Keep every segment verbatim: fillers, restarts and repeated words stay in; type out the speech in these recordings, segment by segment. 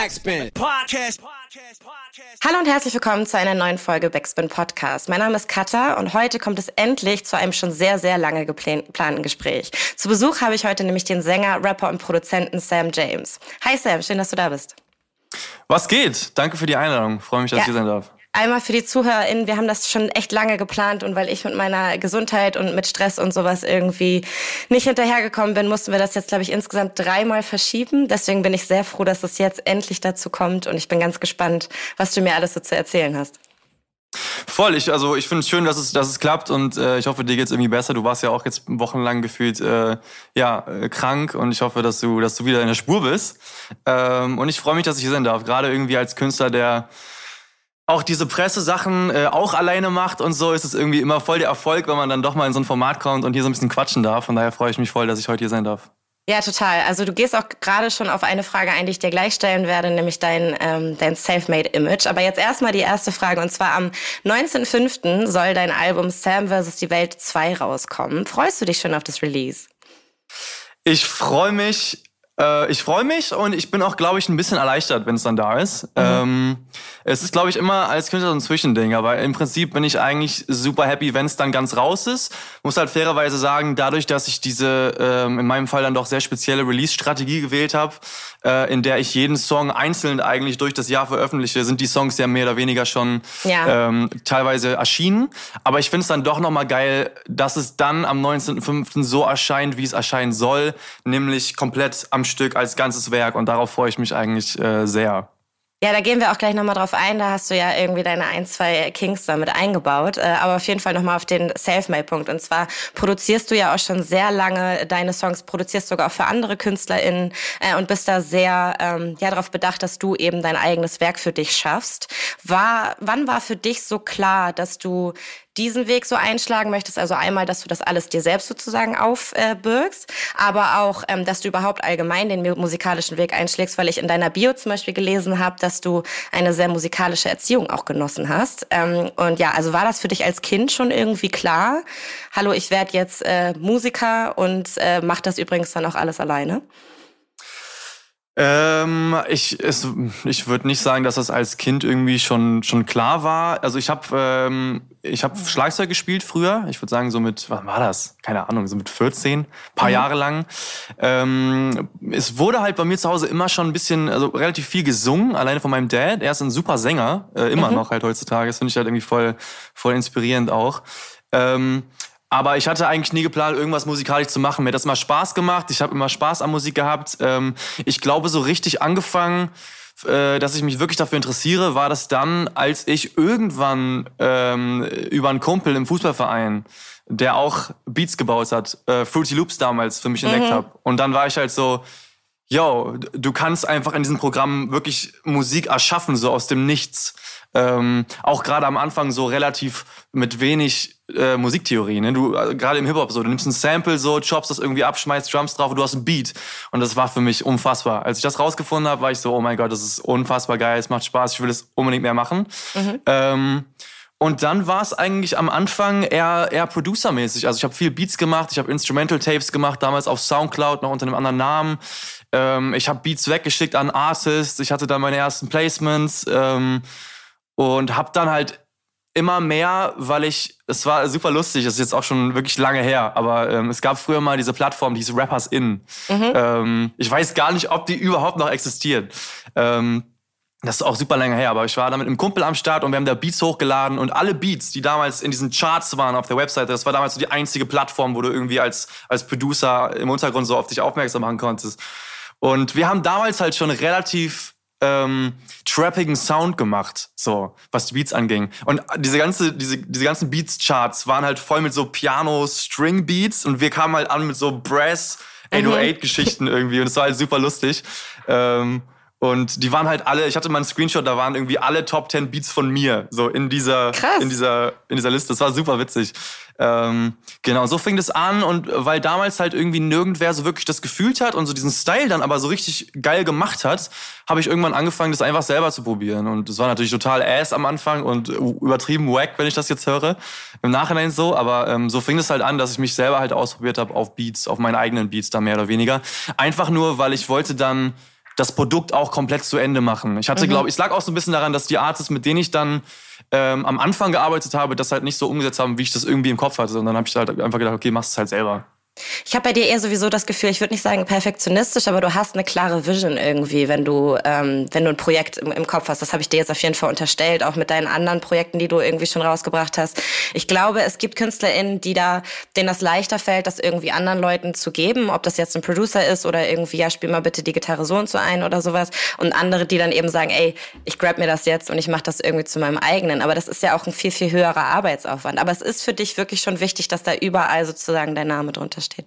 Backspin Podcast. Hallo und herzlich willkommen zu einer neuen Folge Backspin Podcast. Mein Name ist Katha und heute kommt es endlich zu einem schon sehr, sehr lange geplanten Gespräch. Zu Besuch habe ich heute nämlich den Sänger, Rapper und Produzenten Sam James. Hi Sam, schön, dass du da bist. Was geht? Danke für die Einladung. Freue mich, dass ja. ich hier sein darf. Einmal für die ZuhörerInnen, wir haben das schon echt lange geplant und weil ich mit meiner Gesundheit und mit Stress und sowas irgendwie nicht hinterhergekommen bin, mussten wir das jetzt, glaube ich, insgesamt dreimal verschieben. Deswegen bin ich sehr froh, dass es jetzt endlich dazu kommt und ich bin ganz gespannt, was du mir alles so zu erzählen hast. Voll, ich, also ich finde es schön, dass es, dass es klappt und äh, ich hoffe, dir geht's irgendwie besser. Du warst ja auch jetzt wochenlang gefühlt äh, ja, äh, krank und ich hoffe, dass du, dass du wieder in der Spur bist. Ähm, und ich freue mich, dass ich hier sein darf, gerade irgendwie als Künstler, der auch diese Pressesachen äh, auch alleine macht und so, ist es irgendwie immer voll der Erfolg, wenn man dann doch mal in so ein Format kommt und hier so ein bisschen quatschen darf. Von daher freue ich mich voll, dass ich heute hier sein darf. Ja, total. Also du gehst auch gerade schon auf eine Frage ein, die ich dir gleich stellen werde, nämlich dein, ähm, dein Selfmade-Image. Aber jetzt erstmal die erste Frage und zwar am neunzehnten fünften soll dein Album Sam versus. Die Welt zwei rauskommen. Freust du dich schon auf das Release? Ich freue mich. Ich freue mich und ich bin auch, glaube ich, ein bisschen erleichtert, wenn es dann da ist. Mhm. Ähm, es ist, glaube ich, immer als Künstler so ein Zwischending, aber im Prinzip bin ich eigentlich super happy, wenn es dann ganz raus ist. Muss halt fairerweise sagen, dadurch, dass ich diese, ähm, in meinem Fall dann doch sehr spezielle Release-Strategie gewählt habe, äh, in der ich jeden Song einzeln eigentlich durch das Jahr veröffentliche, sind die Songs ja mehr oder weniger schon ja. ähm, teilweise erschienen. Aber ich finde es dann doch nochmal geil, dass es dann am neunzehnten fünften so erscheint, wie es erscheinen soll, nämlich komplett am Stück als ganzes Werk und darauf freue ich mich eigentlich äh, sehr. Ja, da gehen wir auch gleich nochmal drauf ein. Da hast du ja irgendwie deine ein, zwei Kings damit eingebaut. Aber auf jeden Fall nochmal auf den Selfmade-Punkt. Und zwar produzierst du ja auch schon sehr lange deine Songs, produzierst sogar auch für andere KünstlerInnen und bist da sehr ähm, ja darauf bedacht, dass du eben dein eigenes Werk für dich schaffst. War, wann war für dich so klar, dass du diesen Weg so einschlagen möchtest, also einmal, dass du das alles dir selbst sozusagen aufbürgst, äh, aber auch, ähm, dass du überhaupt allgemein den musikalischen Weg einschlägst, weil ich in deiner Bio zum Beispiel gelesen habe, dass du eine sehr musikalische Erziehung auch genossen hast. Ähm, und ja, also war das für dich als Kind schon irgendwie klar? Hallo, ich werde jetzt äh, Musiker und äh, mache das übrigens dann auch alles alleine? Ähm, ich es, ich würde nicht sagen, dass das als Kind irgendwie schon schon klar war. Also ich habe ähm, ich habe Schlagzeug gespielt früher. Ich würde sagen so mit, wann war das? Keine Ahnung, so mit vierzehn, paar mhm. Jahre lang. Ähm, es wurde halt bei mir zu Hause immer schon ein bisschen, also relativ viel gesungen, alleine von meinem Dad. Er ist ein super Sänger, äh, immer mhm. noch halt heutzutage. Das finde ich halt irgendwie voll voll inspirierend auch. Ähm, Aber ich hatte eigentlich nie geplant, irgendwas musikalisch zu machen. Mir hat das mal Spaß gemacht. Ich habe immer Spaß an Musik gehabt. Ich glaube, so richtig angefangen, dass ich mich wirklich dafür interessiere, war das dann, als ich irgendwann ähm, über einen Kumpel im Fußballverein, der auch Beats gebaut hat, äh, Fruity Loops damals für mich mhm. entdeckt habe. Und dann war ich halt so, yo, du kannst einfach in diesem Programm wirklich Musik erschaffen, so aus dem Nichts. Ähm, auch gerade am Anfang so relativ mit wenig äh, Musiktheorie, ne? Du äh, gerade im Hip-Hop so, du nimmst ein Sample so, choppst das irgendwie ab, schmeißt Drums drauf und du hast ein Beat. Und das war für mich unfassbar. Als ich das rausgefunden habe, war ich so, oh mein Gott, das ist unfassbar geil, es macht Spaß, ich will es unbedingt mehr machen. Mhm. Ähm, und dann war es eigentlich am Anfang eher eher Producer-mäßig. Also ich habe viel Beats gemacht, ich habe Instrumental-Tapes gemacht, damals auf Soundcloud, noch unter einem anderen Namen. Ähm, ich habe Beats weggeschickt an Artists, ich hatte dann meine ersten Placements. Ähm, Und hab dann halt immer mehr, weil ich, es war super lustig, das ist jetzt auch schon wirklich lange her, aber ähm, es gab früher mal diese Plattform, die hieß Rappers In. Mhm. Ähm, ich weiß gar nicht, ob die überhaupt noch existieren. Ähm, das ist auch super lange her, aber ich war da mit einem Kumpel am Start und wir haben da Beats hochgeladen und alle Beats, die damals in diesen Charts waren auf der Webseite, das war damals so die einzige Plattform, wo du irgendwie als, als Producer im Untergrund so auf dich aufmerksam machen konntest. Und wir haben damals halt schon relativ Ähm, trappigen Sound gemacht, so, was die Beats anging. Und diese ganze, diese, diese ganzen Beats-Charts waren halt voll mit so Piano-String-Beats und wir kamen halt an mit so Brass acht null acht-Geschichten irgendwie und es war halt super lustig. Ähm, und die waren halt alle, ich hatte mal einen Screenshot, da waren irgendwie alle Top zehn Beats von mir, so in dieser, Krass. in dieser, in dieser Liste. Das war super witzig. Ähm, genau, so fing das an und weil damals halt irgendwie nirgendwer so wirklich das gefühlt hat und so diesen Style dann aber so richtig geil gemacht hat, habe ich irgendwann angefangen, das einfach selber zu probieren. Und das war natürlich total ass am Anfang und übertrieben wack, wenn ich das jetzt höre. Im Nachhinein so, aber ähm, so fing das halt an, dass ich mich selber halt ausprobiert habe auf Beats, auf meinen eigenen Beats da mehr oder weniger. Einfach nur, weil ich wollte dann das Produkt auch komplett zu Ende machen. Ich hatte, mhm. glaube ich, es lag auch so ein bisschen daran, dass die Artists, mit denen ich dann ähm, am Anfang gearbeitet habe, das halt nicht so umgesetzt haben, wie ich das irgendwie im Kopf hatte. Und dann habe ich halt einfach gedacht, okay, machst es halt selber. Ich habe bei dir eher sowieso das Gefühl, ich würde nicht sagen perfektionistisch, aber du hast eine klare Vision irgendwie, wenn du ähm, wenn du ein Projekt im, im Kopf hast. Das habe ich dir jetzt auf jeden Fall unterstellt, auch mit deinen anderen Projekten, die du irgendwie schon rausgebracht hast. Ich glaube, es gibt KünstlerInnen, die da, denen das leichter fällt, das irgendwie anderen Leuten zu geben, ob das jetzt ein Producer ist oder irgendwie, ja, spiel mal bitte die Gitarre so und so ein oder sowas. Und andere, die dann eben sagen, ey, ich grab mir das jetzt und ich mache das irgendwie zu meinem eigenen. Aber das ist ja auch ein viel, viel höherer Arbeitsaufwand. Aber es ist für dich wirklich schon wichtig, dass da überall sozusagen dein Name drunter steht.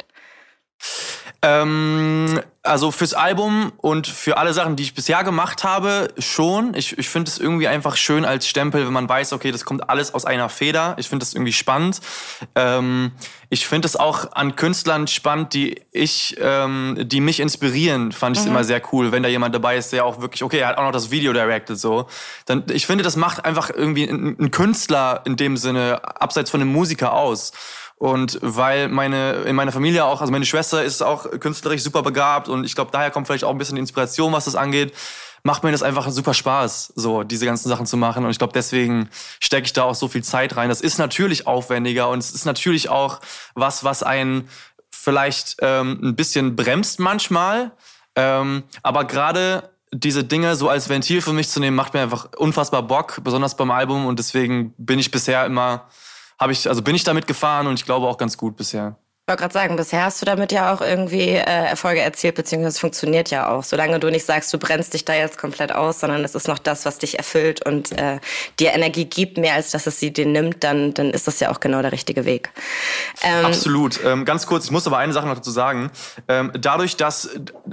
Ähm, also fürs Album und für alle Sachen, die ich bisher gemacht habe, schon. Ich, ich finde es irgendwie einfach schön als Stempel, wenn man weiß, okay, das kommt alles aus einer Feder. Ich finde das irgendwie spannend. Ähm, ich finde es auch an Künstlern spannend, die ich, ähm, die mich inspirieren, fand ich es mhm. immer sehr cool, wenn da jemand dabei ist, der auch wirklich, okay, er hat auch noch das Video directed, so. Dann, ich finde, das macht einfach irgendwie einen Künstler in dem Sinne, abseits von einem Musiker aus. Und weil meine in meiner Familie auch, also meine Schwester ist auch künstlerisch super begabt und ich glaube, daher kommt vielleicht auch ein bisschen die Inspiration, was das angeht, macht mir das einfach super Spaß, so diese ganzen Sachen zu machen. Und ich glaube, deswegen stecke ich da auch so viel Zeit rein. Das ist natürlich aufwendiger und es ist natürlich auch was, was einen vielleicht ähm, ein bisschen bremst manchmal. Ähm, aber gerade diese Dinge so als Ventil für mich zu nehmen, macht mir einfach unfassbar Bock, besonders beim Album. Und deswegen bin ich bisher immer... Habe ich, also bin ich damit gefahren und ich glaube auch ganz gut bisher. Ich wollte gerade sagen, bisher hast du damit ja auch irgendwie äh, Erfolge erzielt, beziehungsweise es funktioniert ja auch. Solange du nicht sagst, du brennst dich da jetzt komplett aus, sondern es ist noch das, was dich erfüllt und äh, dir Energie gibt, mehr als dass es sie dir nimmt, dann, dann ist das ja auch genau der richtige Weg. Ähm, Absolut. Ähm, ganz kurz, ich muss aber eine Sache noch dazu sagen. Ähm, dadurch, dass...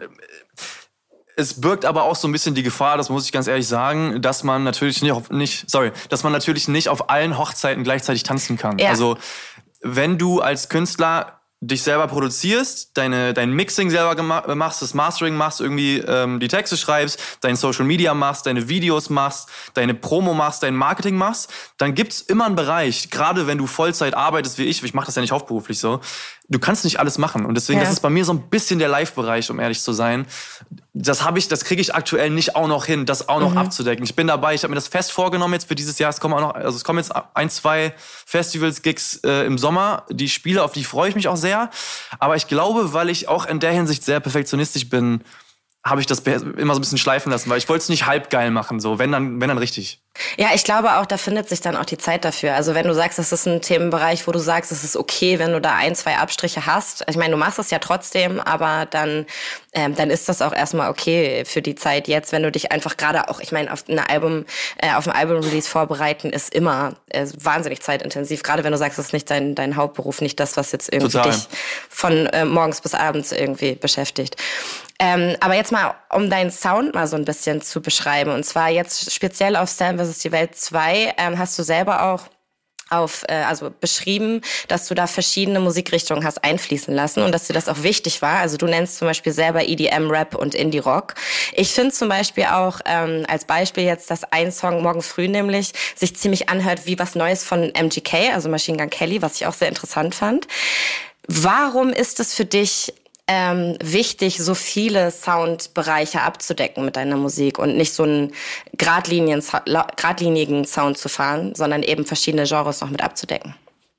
Es birgt aber auch so ein bisschen die Gefahr, das muss ich ganz ehrlich sagen, dass man natürlich nicht, auf, nicht sorry, dass man natürlich nicht auf allen Hochzeiten gleichzeitig tanzen kann. Ja. Also wenn du als Künstler dich selber produzierst, deine dein Mixing selber gema- machst, das Mastering machst, irgendwie ähm, die Texte schreibst, dein Social Media machst, deine Videos machst, deine Promo machst, dein Marketing machst, dann gibt's immer einen Bereich, gerade wenn du Vollzeit arbeitest wie ich, ich mache das ja nicht hauptberuflich so, du kannst nicht alles machen und deswegen, ja. das ist bei mir so ein bisschen der Live-Bereich, um ehrlich zu sein. Das habe ich, das kriege ich aktuell nicht auch noch hin, das auch noch mhm. abzudecken. Ich bin dabei, ich habe mir das fest vorgenommen jetzt für dieses Jahr. Es kommen auch noch, also es kommen jetzt ein, zwei Festivals, Gigs äh, im Sommer, die Spiele, auf die freue ich mich auch sehr. Aber ich glaube, weil ich auch in der Hinsicht sehr perfektionistisch bin, habe ich das immer so ein bisschen schleifen lassen, weil ich wollte es nicht halb geil machen, so wenn dann, wenn dann richtig. Ja, ich glaube auch, da findet sich dann auch die Zeit dafür. Also wenn du sagst, das ist ein Themenbereich, wo du sagst, es ist okay, wenn du da ein, zwei Abstriche hast. Ich meine, du machst es ja trotzdem, aber dann, ähm, dann ist das auch erstmal okay für die Zeit jetzt, wenn du dich einfach gerade auch, ich meine, auf eine Album, äh, auf ein Album-Release vorbereiten ist immer äh, wahnsinnig zeitintensiv. Gerade wenn du sagst, es ist nicht dein, dein Hauptberuf, nicht das, was jetzt irgendwie Total. dich von äh, morgens bis abends irgendwie beschäftigt. Ähm, aber jetzt mal, um deinen Sound mal so ein bisschen zu beschreiben, und zwar jetzt speziell auf Sam versus die Welt zwei, ähm, hast du selber auch auf, äh, also beschrieben, dass du da verschiedene Musikrichtungen hast einfließen lassen und dass dir das auch wichtig war. Also du nennst zum Beispiel selber E D M, Rap und Indie-Rock. Ich finde zum Beispiel auch ähm, als Beispiel jetzt, dass ein Song Morgen früh nämlich sich ziemlich anhört wie was Neues von M G K, also Machine Gun Kelly, was ich auch sehr interessant fand. Warum ist es für dich Ähm, wichtig, so viele Soundbereiche abzudecken mit deiner Musik und nicht so einen geradlinigen, geradlinigen Sound zu fahren, sondern eben verschiedene Genres noch mit abzudecken?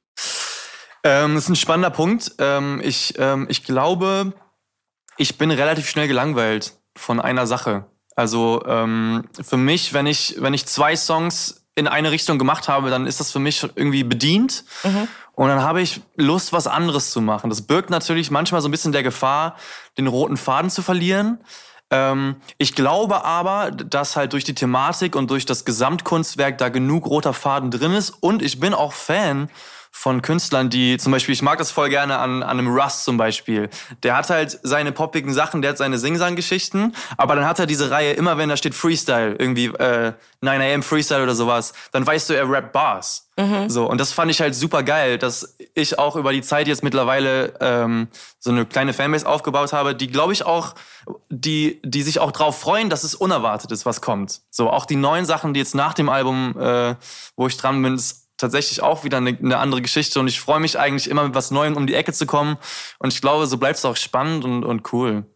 Ähm, das ist ein spannender Punkt. Ähm, ich, ähm, ich glaube, ich bin relativ schnell gelangweilt von einer Sache. Also ähm, für mich, wenn ich, wenn ich zwei Songs in eine Richtung gemacht habe, dann ist das für mich irgendwie bedient. Mhm. Und dann habe ich Lust, was anderes zu machen. Das birgt natürlich manchmal so ein bisschen der Gefahr, den roten Faden zu verlieren. Ähm, ich glaube aber, dass halt durch die Thematik und durch das Gesamtkunstwerk da genug roter Faden drin ist. Und ich bin auch Fan von Künstlern, die zum Beispiel, ich mag das voll gerne an, an einem Russ zum Beispiel. Der hat halt seine poppigen Sachen, der hat seine Sing-Sang-Geschichten, aber dann hat er diese Reihe, immer wenn da steht Freestyle, irgendwie äh, nine a.m. Freestyle oder sowas, dann weißt du, er rappt Bars. Mhm. So, und das fand ich halt super geil, dass ich auch über die Zeit jetzt mittlerweile ähm, so eine kleine Fanbase aufgebaut habe, die, glaube ich, auch, die die sich auch drauf freuen, dass es unerwartet ist, was kommt. So, auch die neuen Sachen, die jetzt nach dem Album, äh, wo ich dran bin, ist tatsächlich auch wieder eine, eine andere Geschichte und ich freue mich eigentlich immer mit was Neuem um die Ecke zu kommen und ich glaube, so bleibt es auch spannend und, und cool.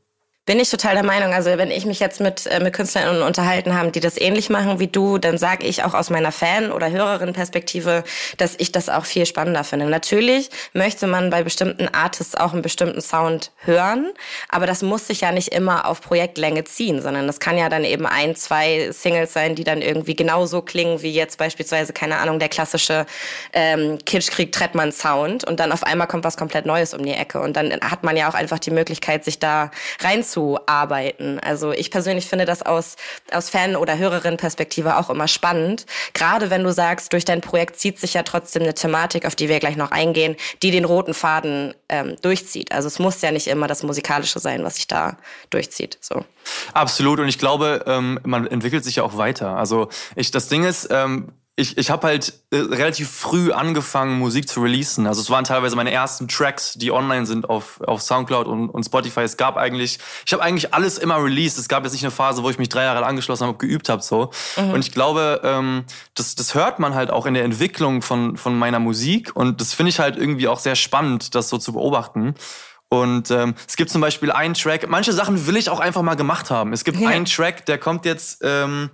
Bin ich total der Meinung. Also wenn ich mich jetzt mit, äh, mit Künstlern unterhalten habe, die das ähnlich machen wie du, dann sage ich auch aus meiner Fan- oder Hörerin-Perspektive, dass ich das auch viel spannender finde. Natürlich möchte man bei bestimmten Artists auch einen bestimmten Sound hören, aber das muss sich ja nicht immer auf Projektlänge ziehen, sondern das kann ja dann eben ein, zwei Singles sein, die dann irgendwie genauso klingen wie jetzt beispielsweise, keine Ahnung, der klassische ähm, Kitschkrieg-Trettmann-Sound und dann auf einmal kommt was komplett Neues um die Ecke und dann hat man ja auch einfach die Möglichkeit, sich da rein zu arbeiten. Also ich persönlich finde das aus, aus Fan- oder Hörerin-Perspektive auch immer spannend. Gerade wenn du sagst, durch dein Projekt zieht sich ja trotzdem eine Thematik, auf die wir gleich noch eingehen, die den roten Faden ähm, durchzieht. Also es muss ja nicht immer das Musikalische sein, was sich da durchzieht. So. Absolut. Und ich glaube, ähm, man entwickelt sich ja auch weiter. Also ich, das Ding ist, ähm, Ich, ich habe halt äh, relativ früh angefangen, Musik zu releasen. Also es waren teilweise meine ersten Tracks, die online sind auf, auf Soundcloud und, und Spotify. Es gab eigentlich, ich habe eigentlich alles immer released. Es gab jetzt nicht eine Phase, wo ich mich drei Jahre lang angeschlossen habe und geübt habe. So. Mhm. Und ich glaube, ähm, das, das hört man halt auch in der Entwicklung von, von meiner Musik. Und das finde ich halt irgendwie auch sehr spannend, das so zu beobachten. Und ähm, es gibt zum Beispiel einen Track, manche Sachen will ich auch einfach mal gemacht haben. Es gibt ja. einen Track, der kommt jetzt... Ähm,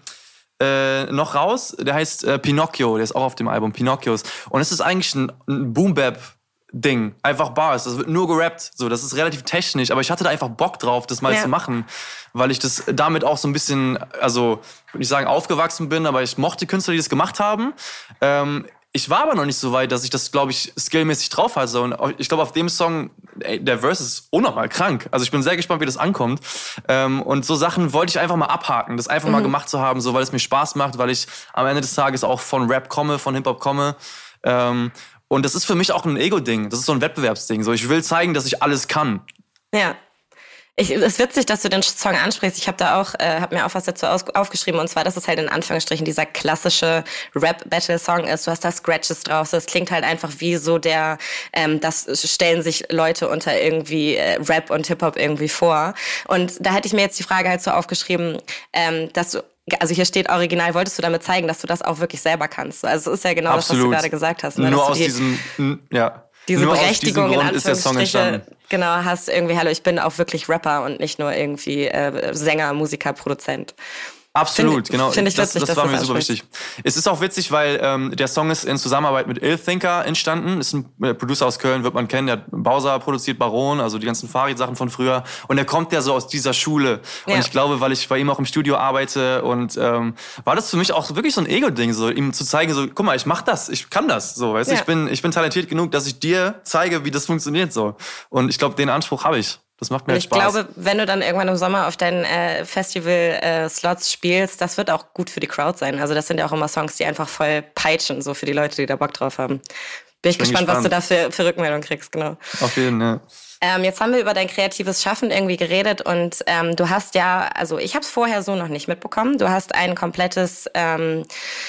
Äh, noch raus, der heißt äh, Pinocchio, der ist auch auf dem Album Pinocchios. Und es ist eigentlich ein, ein Boom-Bap-Ding, einfach Bars, das wird nur gerappt, so, das ist relativ technisch, aber ich hatte da einfach Bock drauf, das mal ja. zu machen, weil ich das damit auch so ein bisschen, also, ich würde nicht sagen aufgewachsen bin, aber ich mochte Künstler, die das gemacht haben. Ähm, Ich war aber noch nicht so weit, dass ich das, glaube ich, skillmäßig drauf hatte. Und ich glaube, auf dem Song, ey, der Verse ist unnormal krank. Also ich bin sehr gespannt, wie das ankommt. Ähm, und so Sachen wollte ich einfach mal abhaken, das einfach mhm. mal gemacht zu haben, so weil es mir Spaß macht, weil ich am Ende des Tages auch von Rap komme, von Hip-Hop komme. Ähm, und das ist für mich auch ein Ego-Ding. Das ist so ein Wettbewerbsding. So, ich will zeigen, dass ich alles kann. Ja. Ich, es ist witzig, dass du den Song ansprichst. Ich habe da auch, äh, habe mir auch was dazu aus, aufgeschrieben. Und zwar, dass es halt in Anführungsstrichen dieser klassische Rap-Battle-Song ist. Du hast da Scratches drauf. Das klingt halt einfach wie so der, ähm, das stellen sich Leute unter irgendwie äh, Rap und Hip-Hop irgendwie vor. Und da hätte ich mir jetzt die Frage halt so aufgeschrieben, ähm, dass du also hier steht original, wolltest du damit zeigen, dass du das auch wirklich selber kannst? Also es ist ja genau Absolut. das, was du gerade gesagt hast. Ne? Nur dass aus die, diesem, ja. Diese Nur Berechtigung in Anführungsstriche, genau, hast irgendwie, hallo, ich bin auch wirklich Rapper und nicht nur irgendwie äh, Sänger, Musiker, Produzent. Absolut, find, genau. Find ich das witzig, das war das mir super wichtig. Es ist auch witzig, weil ähm, der Song ist in Zusammenarbeit mit Ill Thinker entstanden. Ist ein äh, Producer aus Köln, wird man kennen. Der hat Bowser produziert, Baron, also die ganzen Farid-Sachen von früher. Und der kommt ja so aus dieser Schule. Und ja. ich glaube, weil ich bei ihm auch im Studio arbeite und ähm, war das für mich auch wirklich so ein Ego-Ding, so ihm zu zeigen, so, guck mal, ich mach das, ich kann das, so, weißt du, ja. ich bin, ich bin talentiert genug, dass ich dir zeige, wie das funktioniert, so. Und ich glaube, den Anspruch habe ich. Das macht mir halt ich Spaß. Ich glaube, wenn du dann irgendwann im Sommer auf deinen äh, Festival-Slots äh, spielst, das wird auch gut für die Crowd sein. Also das sind ja auch immer Songs, die einfach voll peitschen, so für die Leute, die da Bock drauf haben. Bin ich, ich bin gespannt, gespannt, was du da für, für Rückmeldung kriegst, genau. Auf jeden Fall, ja. Ähm, jetzt haben wir über dein kreatives Schaffen irgendwie geredet und ähm, du hast ja, also ich habe es vorher so noch nicht mitbekommen, du hast ein komplettes ähm,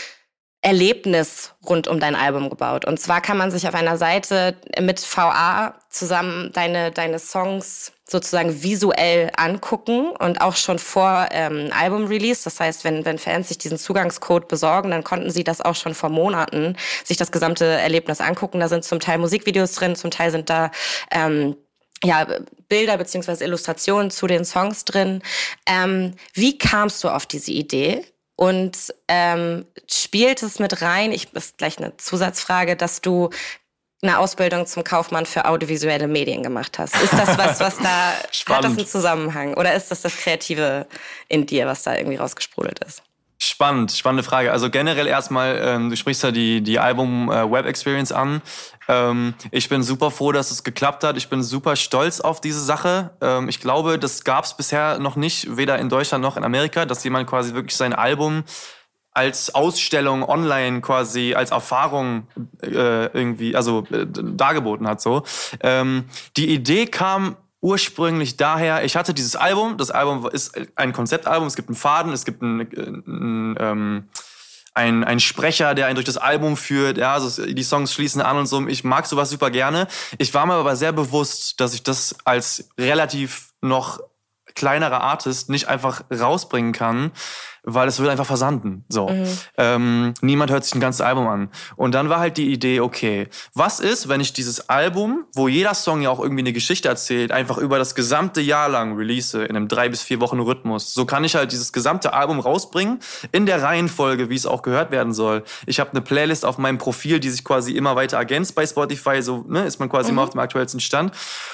Erlebnis rund um dein Album gebaut. Und zwar kann man sich auf einer Seite mit V A zusammen deine, deine Songs sozusagen visuell angucken und auch schon vor ähm, Album-Release. Das heißt, wenn, wenn Fans sich diesen Zugangscode besorgen, dann konnten sie das auch schon vor Monaten sich das gesamte Erlebnis angucken. Da sind zum Teil Musikvideos drin, zum Teil sind da ähm, ja, Bilder beziehungsweise Illustrationen zu den Songs drin. Ähm, wie kamst du auf diese Idee? Und ähm, spielt es mit rein, ich ist gleich eine Zusatzfrage, dass du eine Ausbildung zum Kaufmann für audiovisuelle Medien gemacht hast. Ist das was, was da, hat das einen Zusammenhang? Oder ist das das Kreative in dir, was da irgendwie rausgesprudelt ist? Spannend, spannende Frage. Also generell erstmal, ähm, du sprichst ja die, die Album-Web-Experience äh, an. Ähm, ich bin super froh, dass es geklappt hat. Ich bin super stolz auf diese Sache. Ähm, ich glaube, das gab es bisher noch nicht, weder in Deutschland noch in Amerika, dass jemand quasi wirklich sein Album als Ausstellung online quasi als Erfahrung äh, irgendwie, also äh, dargeboten hat. So. Ähm, die Idee kam ursprünglich daher, ich hatte dieses Album, das Album ist ein Konzeptalbum, es gibt einen Faden, es gibt einen, einen, ähm, einen, einen Sprecher, der einen durch das Album führt, ja, also die Songs schließen an und so. Ich mag sowas super gerne. Ich war mir aber sehr bewusst, dass ich das als relativ noch kleinerer Artist nicht einfach rausbringen kann, weil es wird einfach versanden. So. Mhm. Ähm, niemand hört sich ein ganzes Album an. Und dann war halt die Idee, okay, was ist, wenn ich dieses Album, wo jeder Song ja auch irgendwie eine Geschichte erzählt, einfach über das gesamte Jahr lang release, in einem drei bis vier Wochen Rhythmus. So kann ich halt dieses gesamte Album rausbringen, in der Reihenfolge, wie es auch gehört werden soll. Ich habe eine Playlist auf meinem Profil, die sich quasi immer weiter ergänzt bei Spotify, so ne, ist man quasi mhm. immer auf dem aktuellsten Stand.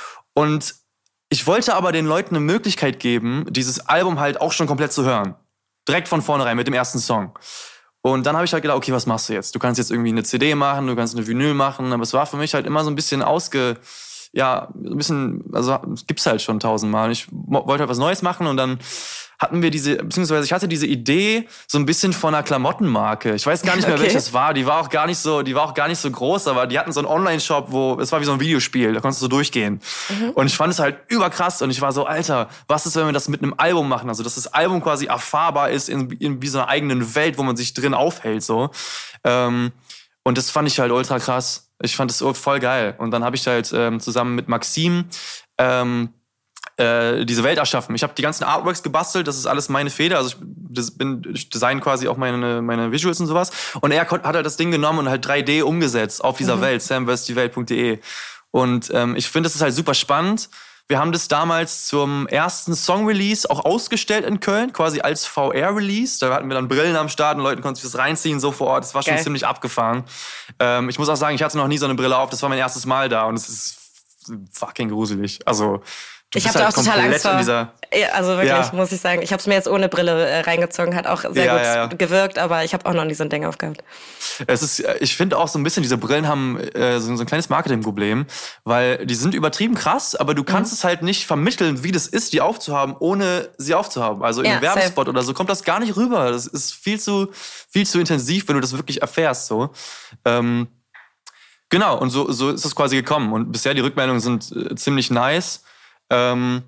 Und ich wollte aber den Leuten eine Möglichkeit geben, dieses Album halt auch schon komplett zu hören. Direkt von vornherein mit dem ersten Song. Und dann habe ich halt gedacht, okay, was machst du jetzt? Du kannst jetzt irgendwie eine C D machen, du kannst eine Vinyl machen, aber es war für mich halt immer so ein bisschen ausge... Ja, ein bisschen, also es gibt's halt schon tausendmal. Ich wollte halt was Neues machen und dann hatten wir diese, beziehungsweise ich hatte diese Idee so ein bisschen von einer Klamottenmarke. Ich weiß gar nicht mehr, okay. welches war. Die war auch gar nicht so, die war auch gar nicht so groß, aber die hatten so einen Online-Shop, wo, es war wie so ein Videospiel, da konntest du so durchgehen. Mhm. Und ich fand es halt überkrass und ich war so, Alter, was ist, wenn wir das mit einem Album machen? Also, dass das Album quasi erfahrbar ist in, in wie so einer eigenen Welt, wo man sich drin aufhält, so. Ähm, und das fand ich halt ultra krass. Ich fand das voll geil. Und dann habe ich halt ähm, zusammen mit Maxim ähm, äh, diese Welt erschaffen. Ich habe die ganzen Artworks gebastelt, das ist alles meine Feder. Also ich, das bin, ich design quasi auch meine, meine Visuals und sowas. Und er hat halt das Ding genommen und halt drei D umgesetzt auf dieser mhm. Welt, sam versus die welt punkt de. Und ähm, ich finde, das ist halt super spannend. Wir haben das damals zum ersten Song-Release auch ausgestellt in Köln, quasi als V R-Release. Da hatten wir dann Brillen am Start und Leute konnten sich das reinziehen, so vor Ort. Das war schon Geil. ziemlich abgefahren. Ähm, ich muss auch sagen, ich hatte noch nie so eine Brille auf. Das war mein erstes Mal da und es ist fucking gruselig. Also du ich bist habe halt da auch total Angst vor. In dieser ja, also wirklich, ja. muss ich sagen. Ich habe es mir jetzt ohne Brille äh, reingezogen, hat auch sehr ja, gut ja, ja. gewirkt, aber ich habe auch noch nie so ein Ding aufgehabt. Es ist, ich finde auch so ein bisschen, diese Brillen haben äh, so, so ein kleines Marketingproblem, weil die sind übertrieben krass, aber du kannst mhm. es halt nicht vermitteln, wie das ist, die aufzuhaben, ohne sie aufzuhaben. Also in ja, einem Werbespot safe. oder so kommt das gar nicht rüber. Das ist viel zu, viel zu intensiv, wenn du das wirklich erfährst. So. Ähm, genau, und so, so ist es quasi gekommen. Und bisher die Rückmeldungen sind äh, ziemlich nice. Ähm,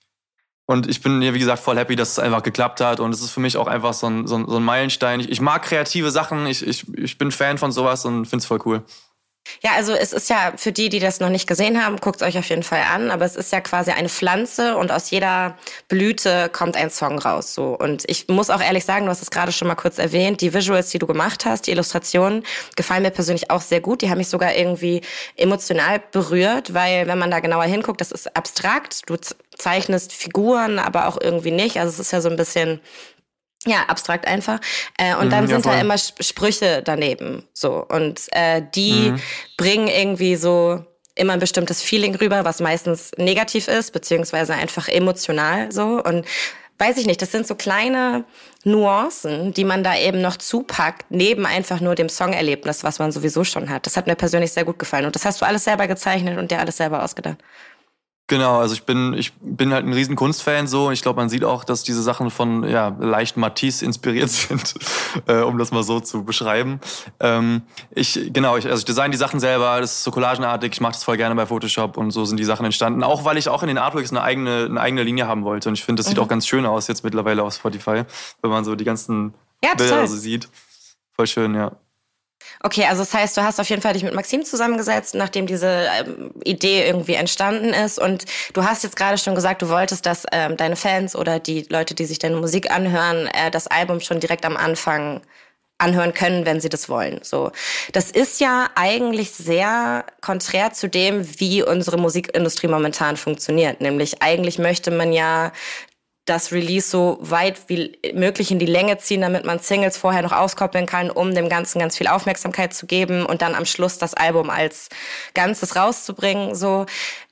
Und ich bin ja, wie gesagt, voll happy, dass es einfach geklappt hat. Und es ist für mich auch einfach so ein, so ein, so ein Meilenstein. Ich, ich mag kreative Sachen. Ich, ich, ich bin Fan von sowas und finde es voll cool. Ja, also es ist ja, für die, die das noch nicht gesehen haben, guckt es euch auf jeden Fall an. Aber es ist ja quasi eine Pflanze und aus jeder Blüte kommt ein Song raus. So. Und ich muss auch ehrlich sagen, du hast es gerade schon mal kurz erwähnt, die Visuals, die du gemacht hast, die Illustrationen, gefallen mir persönlich auch sehr gut. Die haben mich sogar irgendwie emotional berührt, weil wenn man da genauer hinguckt, das ist abstrakt. Du zeichnest Figuren, aber auch irgendwie nicht. Also es ist ja so ein bisschen... Ja, abstrakt einfach. Äh, und dann mhm, ja, sind da immer Sprüche daneben. So. Und äh, die mhm. bringen irgendwie so immer ein bestimmtes Feeling rüber, was meistens negativ ist, beziehungsweise einfach emotional so. Und weiß ich nicht, das sind so kleine Nuancen, die man da eben noch zupackt, neben einfach nur dem Songerlebnis, was man sowieso schon hat. Das hat mir persönlich sehr gut gefallen. Und das hast du alles selber gezeichnet und dir alles selber ausgedacht. Genau, also ich bin ich bin halt ein riesen Kunstfan so. Ich glaube, man sieht auch, dass diese Sachen von ja leicht Matisse inspiriert sind, äh, um das mal so zu beschreiben. Ähm, ich genau, ich, also ich design die Sachen selber. Das ist so collagenartig. Ich mache das voll gerne bei Photoshop und so sind die Sachen entstanden. Auch weil ich auch in den Artworks eine eigene eine eigene Linie haben wollte. Und ich finde, das sieht mhm. auch ganz schön aus jetzt mittlerweile auf Spotify, wenn man so die ganzen ja, Bilder so sieht. Voll schön, ja. Okay, also das heißt, du hast auf jeden Fall dich mit Maxim zusammengesetzt, nachdem diese ähm, Idee irgendwie entstanden ist. Und du hast jetzt gerade schon gesagt, du wolltest, dass ähm, deine Fans oder die Leute, die sich deine Musik anhören, äh, das Album schon direkt am Anfang anhören können, wenn sie das wollen. So, das ist ja eigentlich sehr konträr zu dem, wie unsere Musikindustrie momentan funktioniert. Nämlich eigentlich möchte man ja das Release so weit wie möglich in die Länge ziehen, damit man Singles vorher noch auskoppeln kann, um dem Ganzen ganz viel Aufmerksamkeit zu geben und dann am Schluss das Album als Ganzes rauszubringen. So,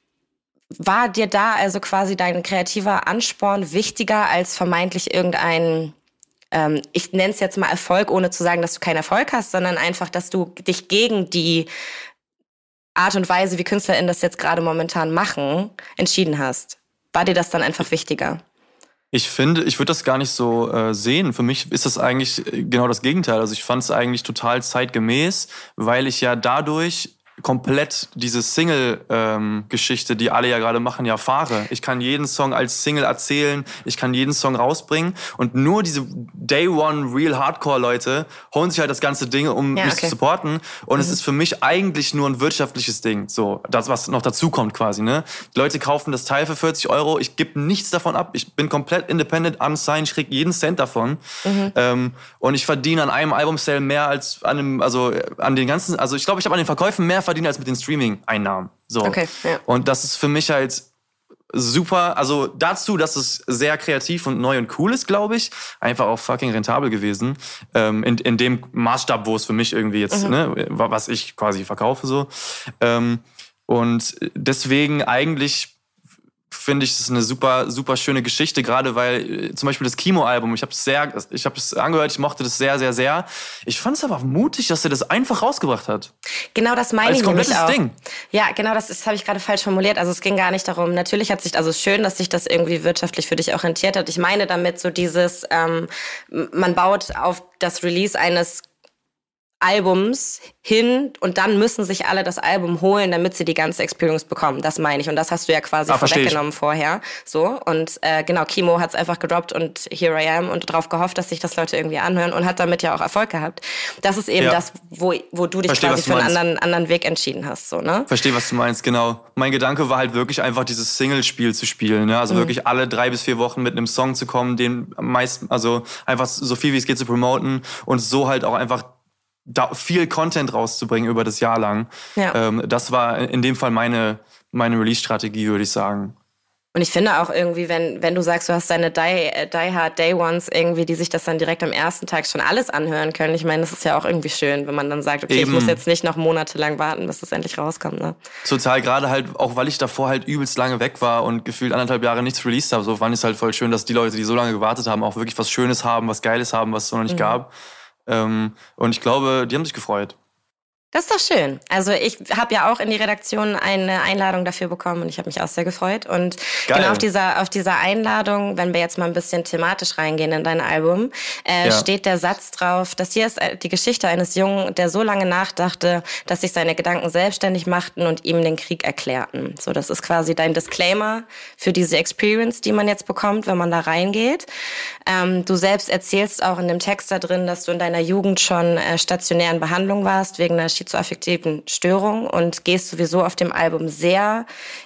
war dir da also quasi dein kreativer Ansporn wichtiger als vermeintlich irgendein, ähm, ich nenne es jetzt mal Erfolg, ohne zu sagen, dass du keinen Erfolg hast, sondern einfach, dass du dich gegen die Art und Weise, wie KünstlerInnen das jetzt gerade momentan machen, entschieden hast? War dir das dann einfach wichtiger? Ich finde, ich würde das gar nicht so äh, sehen. Für mich ist das eigentlich genau das Gegenteil. Also ich fand es eigentlich total zeitgemäß, weil ich ja dadurch komplett diese Single-Geschichte, ähm, die alle ja gerade machen, ja fahre. Ich kann jeden Song als Single erzählen, ich kann jeden Song rausbringen und nur diese Day One Real Hardcore-Leute holen sich halt das ganze Ding, um ja, mich okay. zu supporten und Mhm. es ist für mich eigentlich nur ein wirtschaftliches Ding, so das, was noch dazu kommt quasi, ne? Die Leute kaufen das Teil für vierzig Euro, ich gebe nichts davon ab, ich bin komplett independent, unsigned, ich krieg jeden Cent davon mhm. ähm, und ich verdiene an einem Album-Sale mehr als an einem, also an den ganzen, also ich glaube, ich habe an den Verkäufen mehr verdient als mit den Streaming-Einnahmen. So. Okay, ja. Und das ist für mich halt super, also dazu, dass es sehr kreativ und neu und cool ist, glaube ich, einfach auch fucking rentabel gewesen. Ähm, in, in dem Maßstab, wo es für mich irgendwie jetzt, mhm. ne, was ich quasi verkaufe so. Ähm, und deswegen eigentlich finde ich, das ist eine super, super schöne Geschichte, gerade weil zum Beispiel das Kimo-Album, ich habe es sehr, ich habe es angehört, ich mochte das sehr, sehr, sehr. Ich fand es aber mutig, dass er das einfach rausgebracht hat. Genau, das meine Als ich nämlich komplettes auch. Ding. Ja, genau, das, das habe ich gerade falsch formuliert. Also es ging gar nicht darum, natürlich hat sich, also es ist schön, dass sich das irgendwie wirtschaftlich für dich auch rentiert hat. Ich meine damit so dieses, ähm, man baut auf das Release eines Albums hin und dann müssen sich alle das Album holen, damit sie die ganze Experience bekommen. Das meine ich. Und das hast du ja quasi ah, vorweggenommen vorher. So. Und äh, genau, Kimo hat es einfach gedroppt und Here I Am und darauf gehofft, dass sich das Leute irgendwie anhören und hat damit ja auch Erfolg gehabt. Das ist eben ja. das, wo, wo du dich Versteh, quasi für einen anderen, anderen Weg entschieden hast. So, ne? Verstehe, was du meinst, genau. Mein Gedanke war halt wirklich einfach dieses Single-Spiel zu spielen. Ne? Also mhm. wirklich alle drei bis vier Wochen mit einem Song zu kommen, den meist, also einfach so viel wie es geht zu promoten und so halt auch einfach da viel Content rauszubringen über das Jahr lang. Ja. Ähm, das war in dem Fall meine, meine Release-Strategie, würde ich sagen. Und ich finde auch irgendwie, wenn, wenn du sagst, du hast deine Die, Die Hard Day Ones irgendwie, die sich das dann direkt am ersten Tag schon alles anhören können. Ich meine, das ist ja auch irgendwie schön, wenn man dann sagt, okay, Eben. ich muss jetzt nicht noch monatelang warten, bis das endlich rauskommt. Ne? Total, gerade halt, auch weil ich davor halt übelst lange weg war und gefühlt anderthalb Jahre nichts released habe, so fand ich es halt voll schön, dass die Leute, die so lange gewartet haben, auch wirklich was Schönes haben, was Geiles haben, was es noch nicht mhm. gab. Ähm, und ich glaube, die haben sich gefreut. Das ist doch schön. Also ich habe ja auch in die Redaktion eine Einladung dafür bekommen und ich habe mich auch sehr gefreut. Und Geil. genau auf dieser, auf dieser Einladung, wenn wir jetzt mal ein bisschen thematisch reingehen in dein Album, äh, ja. steht der Satz drauf, das hier ist die Geschichte eines Jungen, der so lange nachdachte, dass sich seine Gedanken selbstständig machten und ihm den Krieg erklärten. So, das ist quasi dein Disclaimer für diese Experience, die man jetzt bekommt, wenn man da reingeht. Ähm, du selbst erzählst auch in dem Text da drin, dass du in deiner Jugend schon äh, stationär in Behandlung warst, wegen einer schizoaffektiven Störung und gehst sowieso auf dem Album sehr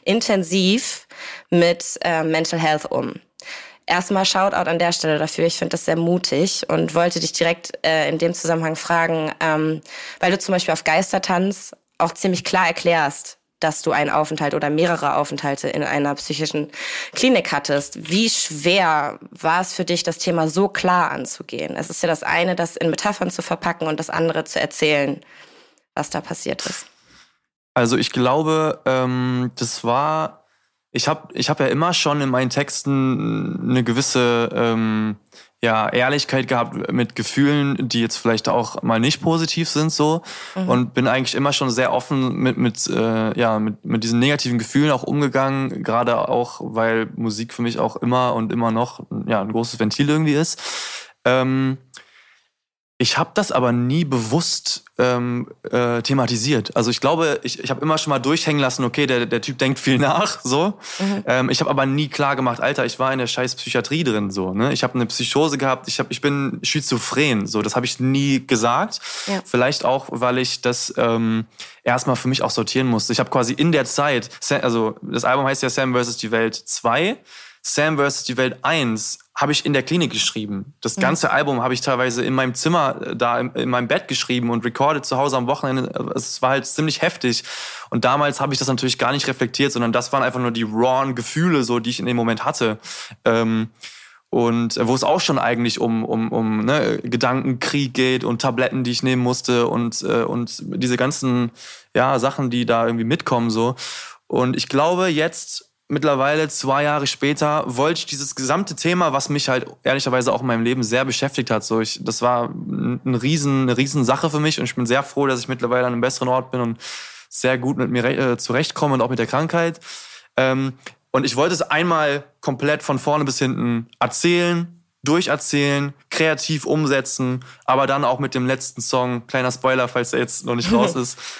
intensiv mit äh, Mental Health um. Erstmal Shoutout an der Stelle dafür. Ich finde das sehr mutig und wollte dich direkt äh, in dem Zusammenhang fragen, ähm, weil du zum Beispiel auf Geistertanz auch ziemlich klar erklärst, dass du einen Aufenthalt oder mehrere Aufenthalte in einer psychischen Klinik hattest. Wie schwer war es für dich, das Thema so klar anzugehen? Es ist ja das eine, das in Metaphern zu verpacken und das andere zu erzählen, was da passiert ist. Also ich glaube, ähm, das war, ich habe ich hab ja immer schon in meinen Texten eine gewisse ähm, ja, Ehrlichkeit gehabt mit Gefühlen, die jetzt vielleicht auch mal nicht positiv sind so mhm. und bin eigentlich immer schon sehr offen mit mit äh, ja mit mit diesen negativen Gefühlen auch umgegangen, gerade auch, weil Musik für mich auch immer und immer noch ja ein großes Ventil irgendwie ist. Ähm, Ich habe das aber nie bewusst ähm, äh, thematisiert. Also ich glaube, ich, ich habe immer schon mal durchhängen lassen, okay, der, der Typ denkt viel nach, so. Mhm. Ähm, ich habe aber nie klar gemacht, Alter, ich war in der scheiß Psychiatrie drin, so. Ne? Ich habe eine Psychose gehabt, ich, hab, ich bin schizophren, so. Das habe ich nie gesagt. Ja. Vielleicht auch, weil ich das ähm, erstmal für mich auch sortieren musste. Ich habe quasi in der Zeit, also das Album heißt ja Sam versus. Die Welt zwei, Sam versus. Die Welt eins habe ich in der Klinik geschrieben. Das ganze mhm. Album habe ich teilweise in meinem Zimmer, da in, in meinem Bett geschrieben und recorded zu Hause am Wochenende. Es war halt ziemlich heftig. Und damals habe ich das natürlich gar nicht reflektiert, sondern das waren einfach nur die rawen Gefühle, so, die ich in dem Moment hatte. Ähm, und wo es auch schon eigentlich um, um, um ne, Gedankenkrieg geht und Tabletten, die ich nehmen musste und, äh, und diese ganzen ja, Sachen, die da irgendwie mitkommen. So. Und ich glaube, jetzt mittlerweile, zwei Jahre später, wollte ich dieses gesamte Thema, was mich halt ehrlicherweise auch in meinem Leben sehr beschäftigt hat, so ich, das war ein riesen, eine riesen Sache für mich und ich bin sehr froh, dass ich mittlerweile an einem besseren Ort bin und sehr gut mit mir äh, zurechtkomme und auch mit der Krankheit. Ähm, und ich wollte es einmal komplett von vorne bis hinten erzählen, durcherzählen, kreativ umsetzen, aber dann auch mit dem letzten Song, kleiner Spoiler, falls der jetzt noch nicht raus ist,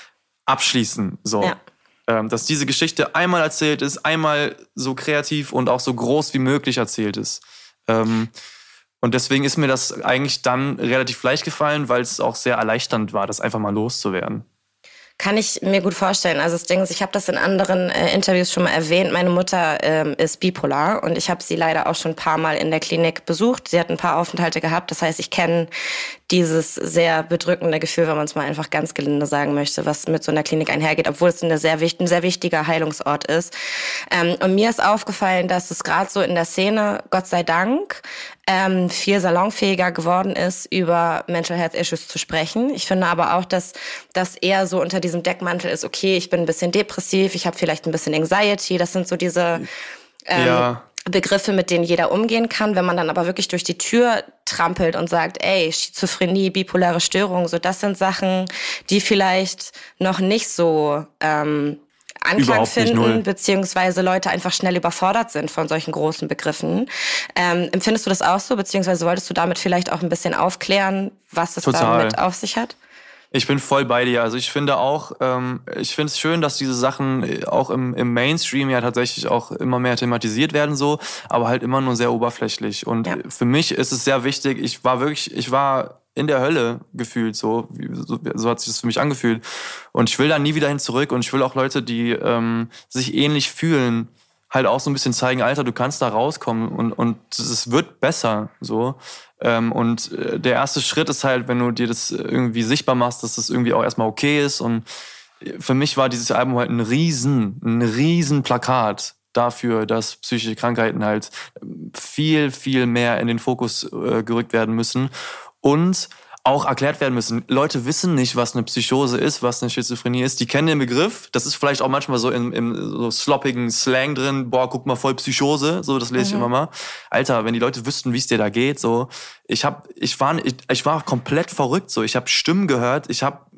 abschließen. So. Ja. Ähm, dass diese Geschichte einmal erzählt ist, einmal so kreativ und auch so groß wie möglich erzählt ist. Ähm, und deswegen ist mir das eigentlich dann relativ leicht gefallen, weil es auch sehr erleichternd war, das einfach mal loszuwerden. Kann ich mir gut vorstellen. Also das Ding ist, ich habe das in anderen äh, Interviews schon mal erwähnt. Meine Mutter ähm, ist bipolar und ich habe sie leider auch schon ein paar Mal in der Klinik besucht. Sie hat ein paar Aufenthalte gehabt. Das heißt, ich kenne dieses sehr bedrückende Gefühl, wenn man es mal einfach ganz gelinde sagen möchte, was mit so einer Klinik einhergeht, obwohl es eine sehr, ein sehr wichtiger Heilungsort ist. Ähm, und mir ist aufgefallen, dass es gerade so in der Szene, Gott sei Dank, ähm, viel salonfähiger geworden ist, über Mental Health Issues zu sprechen. Ich finde aber auch, dass das eher so unter diesem Deckmantel ist, okay, ich bin ein bisschen depressiv, ich habe vielleicht ein bisschen Anxiety. Das sind so diese ähm, ja. Begriffe, mit denen jeder umgehen kann. Wenn man dann aber wirklich durch die Tür trampelt und sagt, ey, Schizophrenie, bipolare Störung, so das sind Sachen, die vielleicht noch nicht so ähm, Anklang finden, beziehungsweise Leute einfach schnell überfordert sind von solchen großen Begriffen. Ähm, empfindest du das auch so, beziehungsweise wolltest du damit vielleicht auch ein bisschen aufklären, was es Total. damit auf sich hat? Ich bin voll bei dir. Also ich finde auch, ähm, ich finde es schön, dass diese Sachen auch im, im Mainstream ja tatsächlich auch immer mehr thematisiert werden so, aber halt immer nur sehr oberflächlich. Und ja. für mich ist es sehr wichtig, ich war wirklich, ich war in der Hölle gefühlt, so, so, so hat sich das für mich angefühlt. Und ich will da nie wieder hin zurück und ich will auch Leute, die ähm, sich ähnlich fühlen, halt auch so ein bisschen zeigen, Alter, du kannst da rauskommen und und es wird besser, so. Ähm, und der erste Schritt ist halt, wenn du dir das irgendwie sichtbar machst, dass das irgendwie auch erstmal okay ist. Und für mich war dieses Album halt ein riesen, ein riesen Plakat dafür, dass psychische Krankheiten halt viel, viel mehr in den Fokus äh, gerückt werden müssen und auch erklärt werden müssen. Leute wissen nicht, was eine Psychose ist, was eine Schizophrenie ist. Die kennen den Begriff. Das ist vielleicht auch manchmal so im, im so sloppigen Slang drin. Boah, guck mal, voll Psychose. So, das lese ich mhm. immer mal. Alter, wenn die Leute wüssten, wie es dir da geht, so. Ich hab, ich war, ich, ich war komplett verrückt, so. Ich habe Stimmen gehört. Ich habe,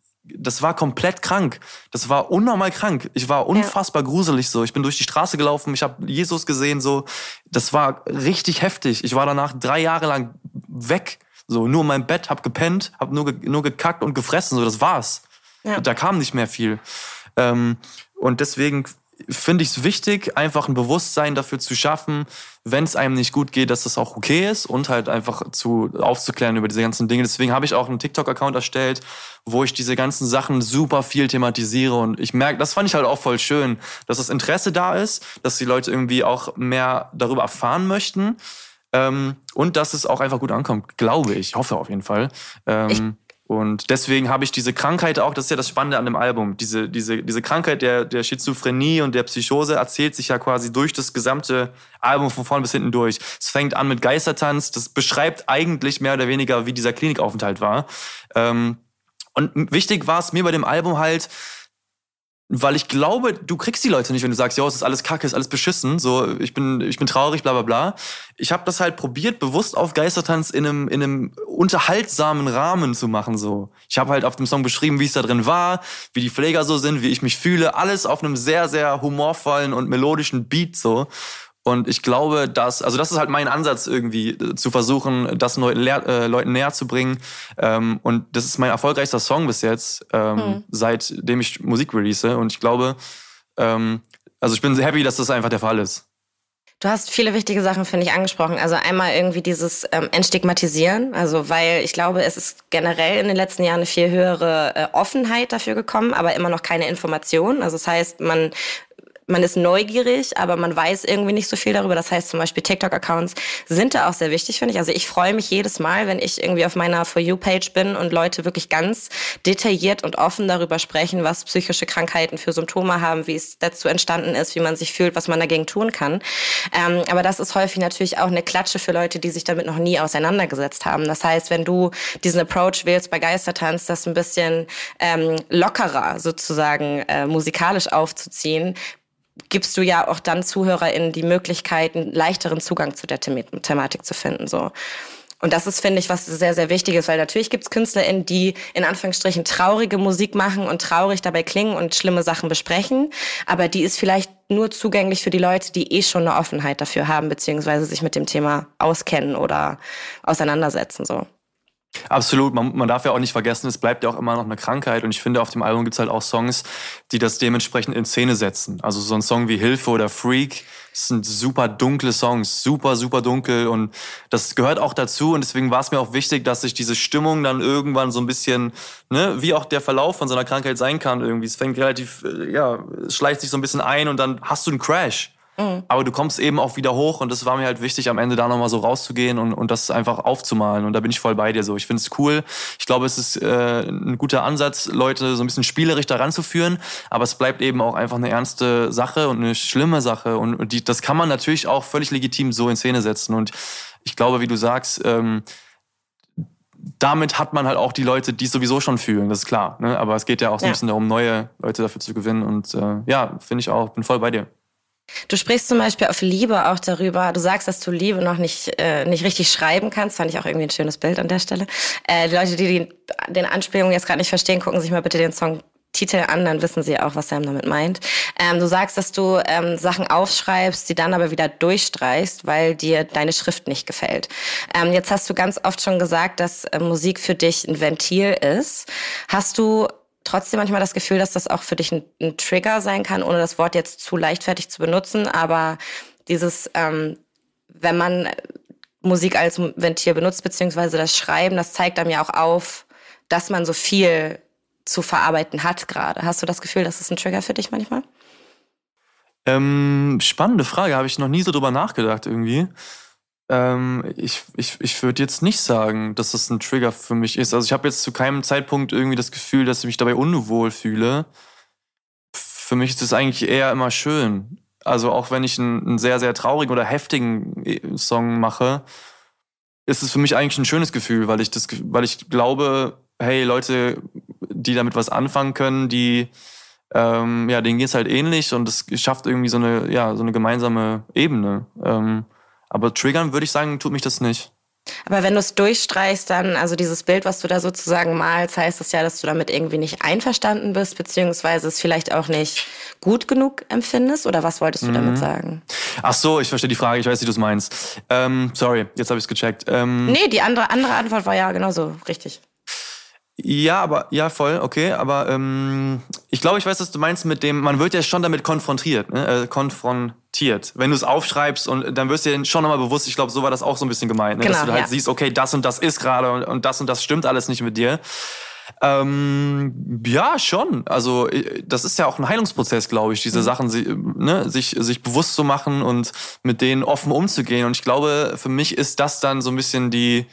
das war komplett krank. Das war unnormal krank. Ich war unfassbar ja. gruselig, so. Ich bin durch die Straße gelaufen. Ich habe Jesus gesehen, so. Das war richtig heftig. Ich war danach drei Jahre lang weg. So, nur in meinem Bett, hab gepennt, hab nur, ge- nur gekackt und gefressen, so, das war's. Ja. Da kam nicht mehr viel. Ähm, und deswegen finde ich es wichtig, einfach ein Bewusstsein dafür zu schaffen, wenn es einem nicht gut geht, dass das auch okay ist und halt einfach zu aufzuklären über diese ganzen Dinge. Deswegen habe ich auch einen TikTok-Account erstellt, wo ich diese ganzen Sachen super viel thematisiere und ich merke, das fand ich halt auch voll schön, dass das Interesse da ist, dass die Leute irgendwie auch mehr darüber erfahren möchten. Ähm, und dass es auch einfach gut ankommt, glaube ich. Ich hoffe auf jeden Fall. Ähm, und deswegen habe ich diese Krankheit auch, das ist ja das Spannende an dem Album, diese, diese, diese Krankheit der, der Schizophrenie und der Psychose erzählt sich ja quasi durch das gesamte Album von vorn bis hinten durch. Es fängt an mit Geistertanz, das beschreibt eigentlich mehr oder weniger, wie dieser Klinikaufenthalt war. Ähm, und wichtig war es mir bei dem Album halt, weil ich glaube, du kriegst die Leute nicht, wenn du sagst, ja, es ist alles kacke, es ist alles beschissen, so, ich bin, ich bin traurig, bla, bla, bla. Ich habe das halt probiert, bewusst auf Geistertanz in einem, in einem unterhaltsamen Rahmen zu machen, so. Ich habe halt auf dem Song beschrieben, wie es da drin war, wie die Pfleger so sind, wie ich mich fühle, alles auf einem sehr, sehr humorvollen und melodischen Beat, so. Und ich glaube, dass, also das ist halt mein Ansatz irgendwie, äh, zu versuchen, das Leuten, leer, äh, Leuten näher zu bringen. Ähm, und das ist mein erfolgreichster Song bis jetzt, ähm, mhm. seitdem ich Musik release. Und ich glaube, ähm, also ich bin sehr happy, dass das einfach der Fall ist. Du hast viele wichtige Sachen, finde ich, angesprochen. Also einmal irgendwie dieses ähm, Entstigmatisieren. Also weil ich glaube, es ist generell in den letzten Jahren eine viel höhere äh, Offenheit dafür gekommen, aber immer noch keine Information. Also das heißt, man Man ist neugierig, aber man weiß irgendwie nicht so viel darüber. Das heißt zum Beispiel TikTok-Accounts sind da auch sehr wichtig, finde ich. Also ich freue mich jedes Mal, wenn ich irgendwie auf meiner For You-Page bin und Leute wirklich ganz detailliert und offen darüber sprechen, was psychische Krankheiten für Symptome haben, wie es dazu entstanden ist, wie man sich fühlt, was man dagegen tun kann. Ähm, aber das ist häufig natürlich auch eine Klatsche für Leute, die sich damit noch nie auseinandergesetzt haben. Das heißt, wenn du diesen Approach wählst bei Geistertanz, das ein bisschen ähm, lockerer sozusagen äh, musikalisch aufzuziehen, gibst du ja auch dann ZuhörerInnen die Möglichkeit, einen leichteren Zugang zu der The- Thematik zu finden, so. Und das ist, finde ich, was sehr, sehr wichtig ist, weil natürlich gibt es KünstlerInnen, die in Anführungsstrichen traurige Musik machen und traurig dabei klingen und schlimme Sachen besprechen, aber die ist vielleicht nur zugänglich für die Leute, die eh schon eine Offenheit dafür haben, beziehungsweise sich mit dem Thema auskennen oder auseinandersetzen, so. Absolut, man, man darf ja auch nicht vergessen, es bleibt ja auch immer noch eine Krankheit und ich finde, auf dem Album gibt's halt auch Songs, die das dementsprechend in Szene setzen. Also so ein Song wie Hilfe oder Freak, das sind super dunkle Songs, super, super dunkel und das gehört auch dazu und deswegen war es mir auch wichtig, dass sich diese Stimmung dann irgendwann so ein bisschen, ne, wie auch der Verlauf von so einer Krankheit sein kann irgendwie, es fängt relativ, ja, es schleicht sich so ein bisschen ein und dann hast du einen Crash. Mhm. Aber du kommst eben auch wieder hoch und das war mir halt wichtig, am Ende da nochmal so rauszugehen und, und das einfach aufzumalen. Und da bin ich voll bei dir so. Ich finde es cool. Ich glaube, es ist äh, ein guter Ansatz, Leute so ein bisschen spielerisch da ranzuführen. Aber es bleibt eben auch einfach eine ernste Sache und eine schlimme Sache. Und, und die, das kann man natürlich auch völlig legitim so in Szene setzen. Und ich glaube, wie du sagst, ähm, damit hat man halt auch die Leute, die es sowieso schon fühlen, das ist klar. Ne? Aber es geht ja auch so ein ja. bisschen darum, neue Leute dafür zu gewinnen. Und äh, ja, finde ich auch, bin voll bei dir. Du sprichst zum Beispiel auf Liebe auch darüber. Du sagst, dass du Liebe noch nicht äh, nicht richtig schreiben kannst. Fand ich auch irgendwie ein schönes Bild an der Stelle. Äh, die Leute, die, die den Anspielungen jetzt gerade nicht verstehen, gucken sich mal bitte den Songtitel an, dann wissen sie auch, was Sam damit meint. Ähm, du sagst, dass du ähm, Sachen aufschreibst, die dann aber wieder durchstreichst, weil dir deine Schrift nicht gefällt. Ähm, jetzt hast du ganz oft schon gesagt, dass äh, Musik für dich ein Ventil ist. Hast du trotzdem manchmal das Gefühl, dass das auch für dich ein, ein Trigger sein kann, ohne das Wort jetzt zu leichtfertig zu benutzen, aber dieses, ähm, wenn man Musik als Ventil benutzt, beziehungsweise das Schreiben, das zeigt einem ja auch auf, dass man so viel zu verarbeiten hat gerade. Hast du das Gefühl, das ist ein Trigger für dich manchmal? Ähm, spannende Frage, habe ich noch nie so drüber nachgedacht irgendwie. Ähm, ich ich, ich würde jetzt nicht sagen, dass das ein Trigger für mich ist. Also ich habe jetzt zu keinem Zeitpunkt irgendwie das Gefühl, dass ich mich dabei unwohl fühle. Für mich ist es eigentlich eher immer schön. Also auch wenn ich einen, einen sehr, sehr traurigen oder heftigen Song mache, ist es für mich eigentlich ein schönes Gefühl, weil ich das, weil ich glaube, hey, Leute, die damit was anfangen können, die ähm, ja, denen geht's halt ähnlich und es schafft irgendwie so eine, ja, so eine gemeinsame Ebene. Ähm, Aber triggern würde ich sagen, tut mich das nicht. Aber wenn du es durchstreichst, dann, also dieses Bild, was du da sozusagen malst, heißt das ja, dass du damit irgendwie nicht einverstanden bist, beziehungsweise es vielleicht auch nicht gut genug empfindest? Oder was wolltest du mhm. damit sagen? Ach so, ich verstehe die Frage, ich weiß, wie du es meinst. Ähm, sorry, jetzt habe ich es gecheckt. Ähm, nee, die andere, andere Antwort war ja genauso, richtig. Ja, aber ja, voll, okay. Aber ähm, ich glaube, ich weiß, was du meinst mit dem, man wird ja schon damit konfrontiert, ne? Äh, konfrontiert. Wenn du es aufschreibst und dann wirst du dir schon nochmal bewusst, ich glaube, so war das auch so ein bisschen gemeint, ne? Genau, dass du halt ja. siehst, okay, das und das ist gerade und, und das und das stimmt alles nicht mit dir. Ähm, ja, schon. Also das ist ja auch ein Heilungsprozess, glaube ich, diese mhm. Sachen ne, sich, sich bewusst zu machen und mit denen offen umzugehen. Und ich glaube, für mich ist das dann so ein bisschen die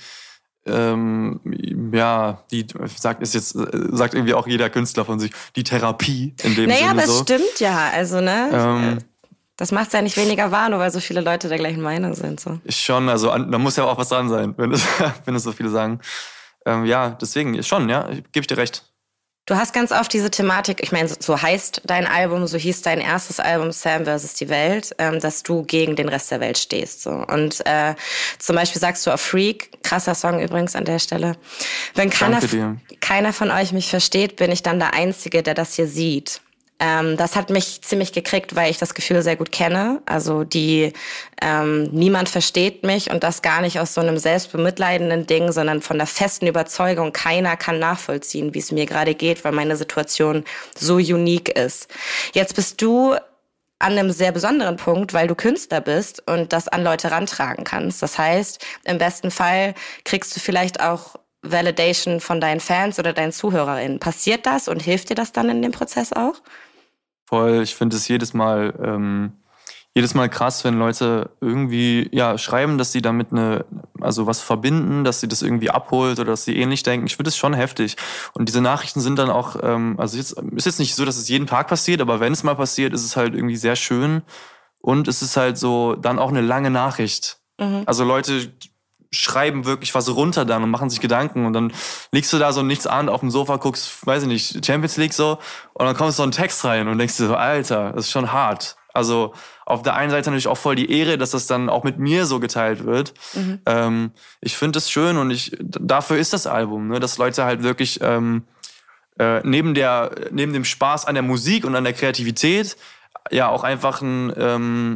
Ähm, ja, die sagt ist jetzt sagt irgendwie auch jeder Künstler von sich, die Therapie in dem naja, Sinne aber so. es stimmt ja, also ne, ähm, das macht es ja nicht weniger wahr, nur weil so viele Leute der gleichen Meinung sind. So. Schon, also da muss ja auch was dran sein, wenn es, wenn es so viele sagen. Ähm, ja, deswegen schon, ja, gebe ich dir recht. Du hast ganz oft diese Thematik, ich meine, so heißt dein Album, so hieß dein erstes Album Sam versus die Welt, ähm, dass du gegen den Rest der Welt stehst. So. Und äh, zum Beispiel sagst du auf Freak, krasser Song übrigens an der Stelle, wenn keiner, keiner von euch mich versteht, bin ich dann der Einzige, der das hier sieht. Ähm, das hat mich ziemlich gekriegt, weil ich das Gefühl sehr gut kenne. Also die ähm, niemand versteht mich und das gar nicht aus so einem selbstbemitleidenden Ding, sondern von der festen Überzeugung, keiner kann nachvollziehen, wie es mir gerade geht, weil meine Situation so unique ist. Jetzt bist du an einem sehr besonderen Punkt, weil du Künstler bist und das an Leute rantragen kannst. Das heißt, im besten Fall kriegst du vielleicht auch Validation von deinen Fans oder deinen ZuhörerInnen. Passiert das und hilft dir das dann in dem Prozess auch? Voll, ich finde es jedes Mal ähm, jedes Mal krass, wenn Leute irgendwie ja schreiben, dass sie damit eine also was verbinden, dass sie das irgendwie abholt oder dass sie ähnlich denken. Ich finde es schon heftig. Und diese Nachrichten sind dann auch ähm, also jetzt ist jetzt nicht so, dass es jeden Tag passiert, aber wenn es mal passiert, ist es halt irgendwie sehr schön und es ist halt so dann auch eine lange Nachricht. Mhm. Also Leute schreiben wirklich was runter dann und machen sich Gedanken und dann liegst du da so nichts an auf dem Sofa, guckst, weiß ich nicht, Champions League so und dann kommt so ein Text rein und denkst dir so, Alter, das ist schon hart. Also auf der einen Seite natürlich auch voll die Ehre, dass das dann auch mit mir so geteilt wird. Mhm. Ähm, ich finde das schön und ich dafür ist das Album, ne, dass Leute halt wirklich ähm, äh, neben der neben dem Spaß an der Musik und an der Kreativität ja auch einfach ein ähm,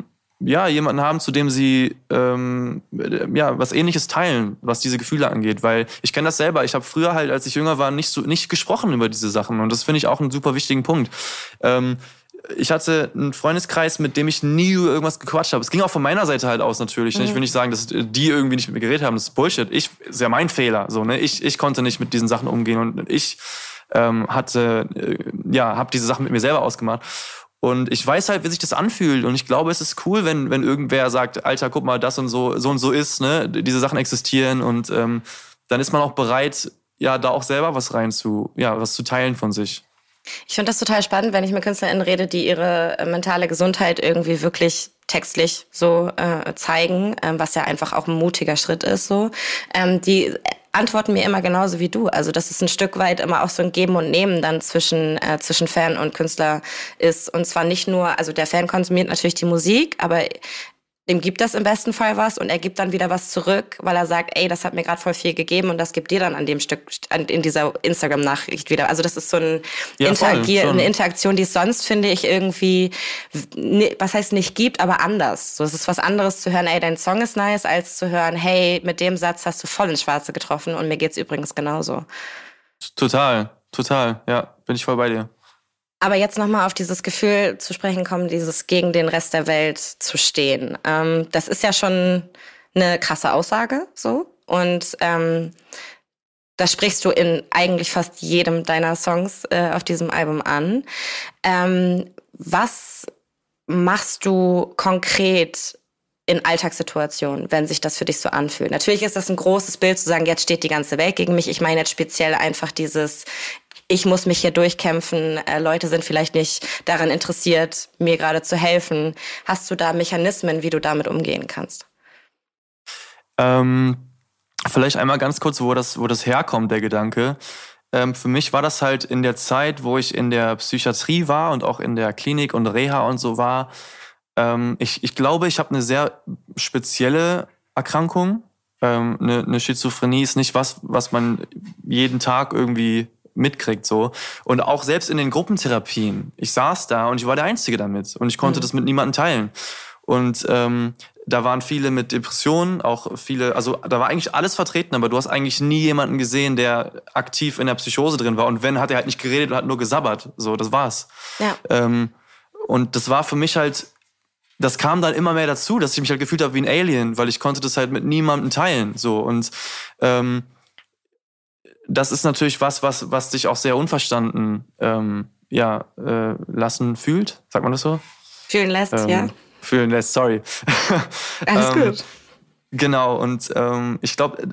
ja, jemanden haben, zu dem sie ähm, ja, was Ähnliches teilen, was diese Gefühle angeht. Weil ich kenne das selber. Ich habe früher halt, als ich jünger war, nicht, so, nicht gesprochen über diese Sachen. Und das finde ich auch einen super wichtigen Punkt. Ähm, ich hatte einen Freundeskreis, mit dem ich nie über irgendwas gequatscht habe. Es ging auch von meiner Seite halt aus natürlich. Mhm. Ich will nicht sagen, dass die irgendwie nicht mit mir geredet haben. Das ist Bullshit. Ich, ist ja mein Fehler. So, ne? ich, ich konnte nicht mit diesen Sachen umgehen. Und ich ähm, hatte, äh, ja, habe diese Sachen mit mir selber ausgemacht. Und ich weiß halt, wie sich das anfühlt. Und ich glaube, es ist cool, wenn, wenn irgendwer sagt, Alter, guck mal, das und so, so und so ist, ne? Diese Sachen existieren. Und ähm, dann ist man auch bereit, ja, da auch selber was rein zu, ja, was zu teilen von sich. Ich finde das total spannend, wenn ich mit KünstlerInnen rede, die ihre mentale Gesundheit irgendwie wirklich textlich so äh, zeigen, ähm, was ja einfach auch ein mutiger Schritt ist. So, ähm, die antworten mir immer genauso wie du. Also dass es ein Stück weit immer auch so ein Geben und Nehmen dann zwischen äh, zwischen Fan und Künstler ist. Und zwar nicht nur, also der Fan konsumiert natürlich die Musik, aber dem gibt das im besten Fall was und er gibt dann wieder was zurück, weil er sagt, ey, das hat mir gerade voll viel gegeben und das gibt dir dann an dem Stück, in dieser Instagram-Nachricht wieder. Also das ist so ein ja, Interagier, eine Interaktion, die es sonst, finde ich, irgendwie, was heißt nicht gibt, aber anders. So, es ist was anderes zu hören, ey, dein Song ist nice, als zu hören, hey, mit dem Satz hast du voll ins Schwarze getroffen und mir geht's übrigens genauso. Total, total, ja, bin ich voll bei dir. Aber jetzt nochmal auf dieses Gefühl zu sprechen kommen, dieses gegen den Rest der Welt zu stehen. Ähm, das ist ja schon eine krasse Aussage, so. Und ähm, das sprichst du in eigentlich fast jedem deiner Songs äh, auf diesem Album an. Ähm, was machst du konkret in Alltagssituationen, wenn sich das für dich so anfühlt? Natürlich ist das ein großes Bild zu sagen, jetzt steht die ganze Welt gegen mich. Ich meine jetzt speziell einfach dieses, ich muss mich hier durchkämpfen, äh, Leute sind vielleicht nicht daran interessiert, mir gerade zu helfen. Hast du da Mechanismen, wie du damit umgehen kannst? Ähm, vielleicht einmal ganz kurz, wo das, wo das herkommt, der Gedanke. Ähm, für mich war das halt in der Zeit, wo ich in der Psychiatrie war und auch in der Klinik und Reha und so war. Ähm, ich, ich glaube, ich habe eine sehr spezielle Erkrankung. Ähm, eine, eine Schizophrenie ist nicht was, was man jeden Tag irgendwie mitkriegt so. Und auch selbst in den Gruppentherapien, ich saß da und ich war der Einzige damit und ich konnte mhm. das mit niemandem teilen. Und ähm, da waren viele mit Depressionen, auch viele, also da war eigentlich alles vertreten, aber du hast eigentlich nie jemanden gesehen, der aktiv in der Psychose drin war. Und wenn, hat er halt nicht geredet und hat nur gesabbert. So, das war's. Ja. Ähm, und das war für mich halt, das kam dann immer mehr dazu, dass ich mich halt gefühlt habe wie ein Alien, weil ich konnte das halt mit niemandem teilen. So, und ähm, das ist natürlich was, was, was dich auch sehr unverstanden ähm, ja, äh, lassen fühlt. Sagt man das so? Fühlen lässt, ähm, ja. Fühlen lässt, sorry. Alles ähm, gut. Genau, und ähm, ich glaube,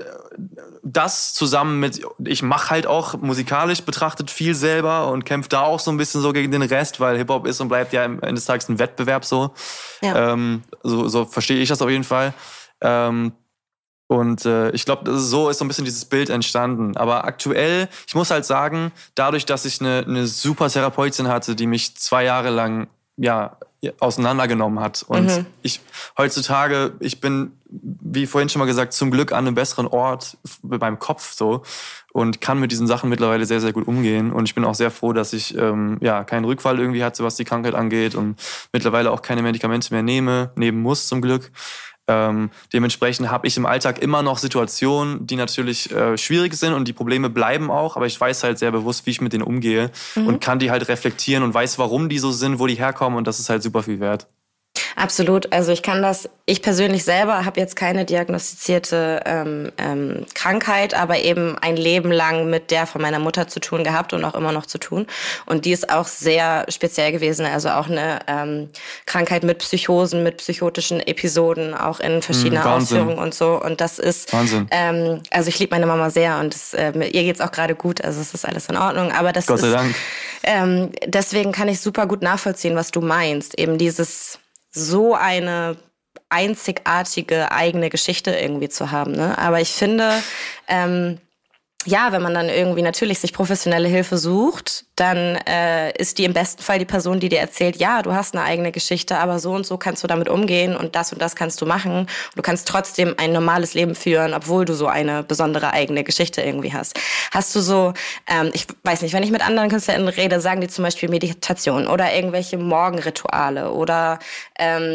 das zusammen mit, ich mache halt auch musikalisch betrachtet viel selber und kämpfe da auch so ein bisschen so gegen den Rest, weil Hip-Hop ist und bleibt ja am Ende des Tages ein Wettbewerb so. Ja. Ähm, so, so verstehe ich das auf jeden Fall. Ähm, Und äh, ich glaube, so ist so ein bisschen dieses Bild entstanden. Aber aktuell, ich muss halt sagen, dadurch, dass ich eine, eine super Therapeutin hatte, die mich zwei Jahre lang ja auseinandergenommen hat. Und mhm. ich heutzutage, ich bin, wie vorhin schon mal gesagt, zum Glück an einem besseren Ort mit meinem Kopf so und kann mit diesen Sachen mittlerweile sehr, sehr gut umgehen. Und ich bin auch sehr froh, dass ich ähm, ja keinen Rückfall irgendwie hatte, was die Krankheit angeht und mittlerweile auch keine Medikamente mehr nehme, nehmen muss zum Glück. Ähm, dementsprechend habe ich im Alltag immer noch Situationen, die natürlich äh, schwierig sind und die Probleme bleiben auch, aber ich weiß halt sehr bewusst, wie ich mit denen umgehe mhm. und kann die halt reflektieren und weiß, warum die so sind, wo die herkommen und das ist halt super viel wert. Absolut. Also ich kann das, ich persönlich selber habe jetzt keine diagnostizierte ähm, ähm, Krankheit, aber eben ein Leben lang mit der von meiner Mutter zu tun gehabt und auch immer noch zu tun. Und die ist auch sehr speziell gewesen. Also auch eine ähm, Krankheit mit Psychosen, mit psychotischen Episoden, auch in verschiedenen mhm, Ausführungen und so. Und das ist, Wahnsinn. Ähm, also ich liebe meine Mama sehr und das, äh, ihr geht's auch gerade gut. Also es ist alles in Ordnung. Aber das Gott sei ist, Dank. Ähm, deswegen kann ich super gut nachvollziehen, was du meinst. Eben dieses so eine einzigartige eigene Geschichte irgendwie zu haben. Ne? Aber ich finde, ähm, ja, wenn man dann irgendwie natürlich sich professionelle Hilfe sucht, dann äh, ist die im besten Fall die Person, die dir erzählt, ja, du hast eine eigene Geschichte, aber so und so kannst du damit umgehen und das und das kannst du machen. Du kannst trotzdem ein normales Leben führen, obwohl du so eine besondere eigene Geschichte irgendwie hast. Hast du so, ähm, ich weiß nicht, wenn ich mit anderen KünstlerInnen rede, sagen die zum Beispiel Meditation oder irgendwelche Morgenrituale oder ähm,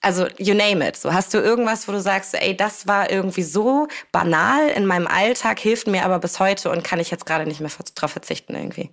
Also you name it. So, hast du irgendwas, wo du sagst, ey, das war irgendwie so banal in meinem Alltag, hilft mir aber bis heute und kann ich jetzt gerade nicht mehr drauf verzichten irgendwie?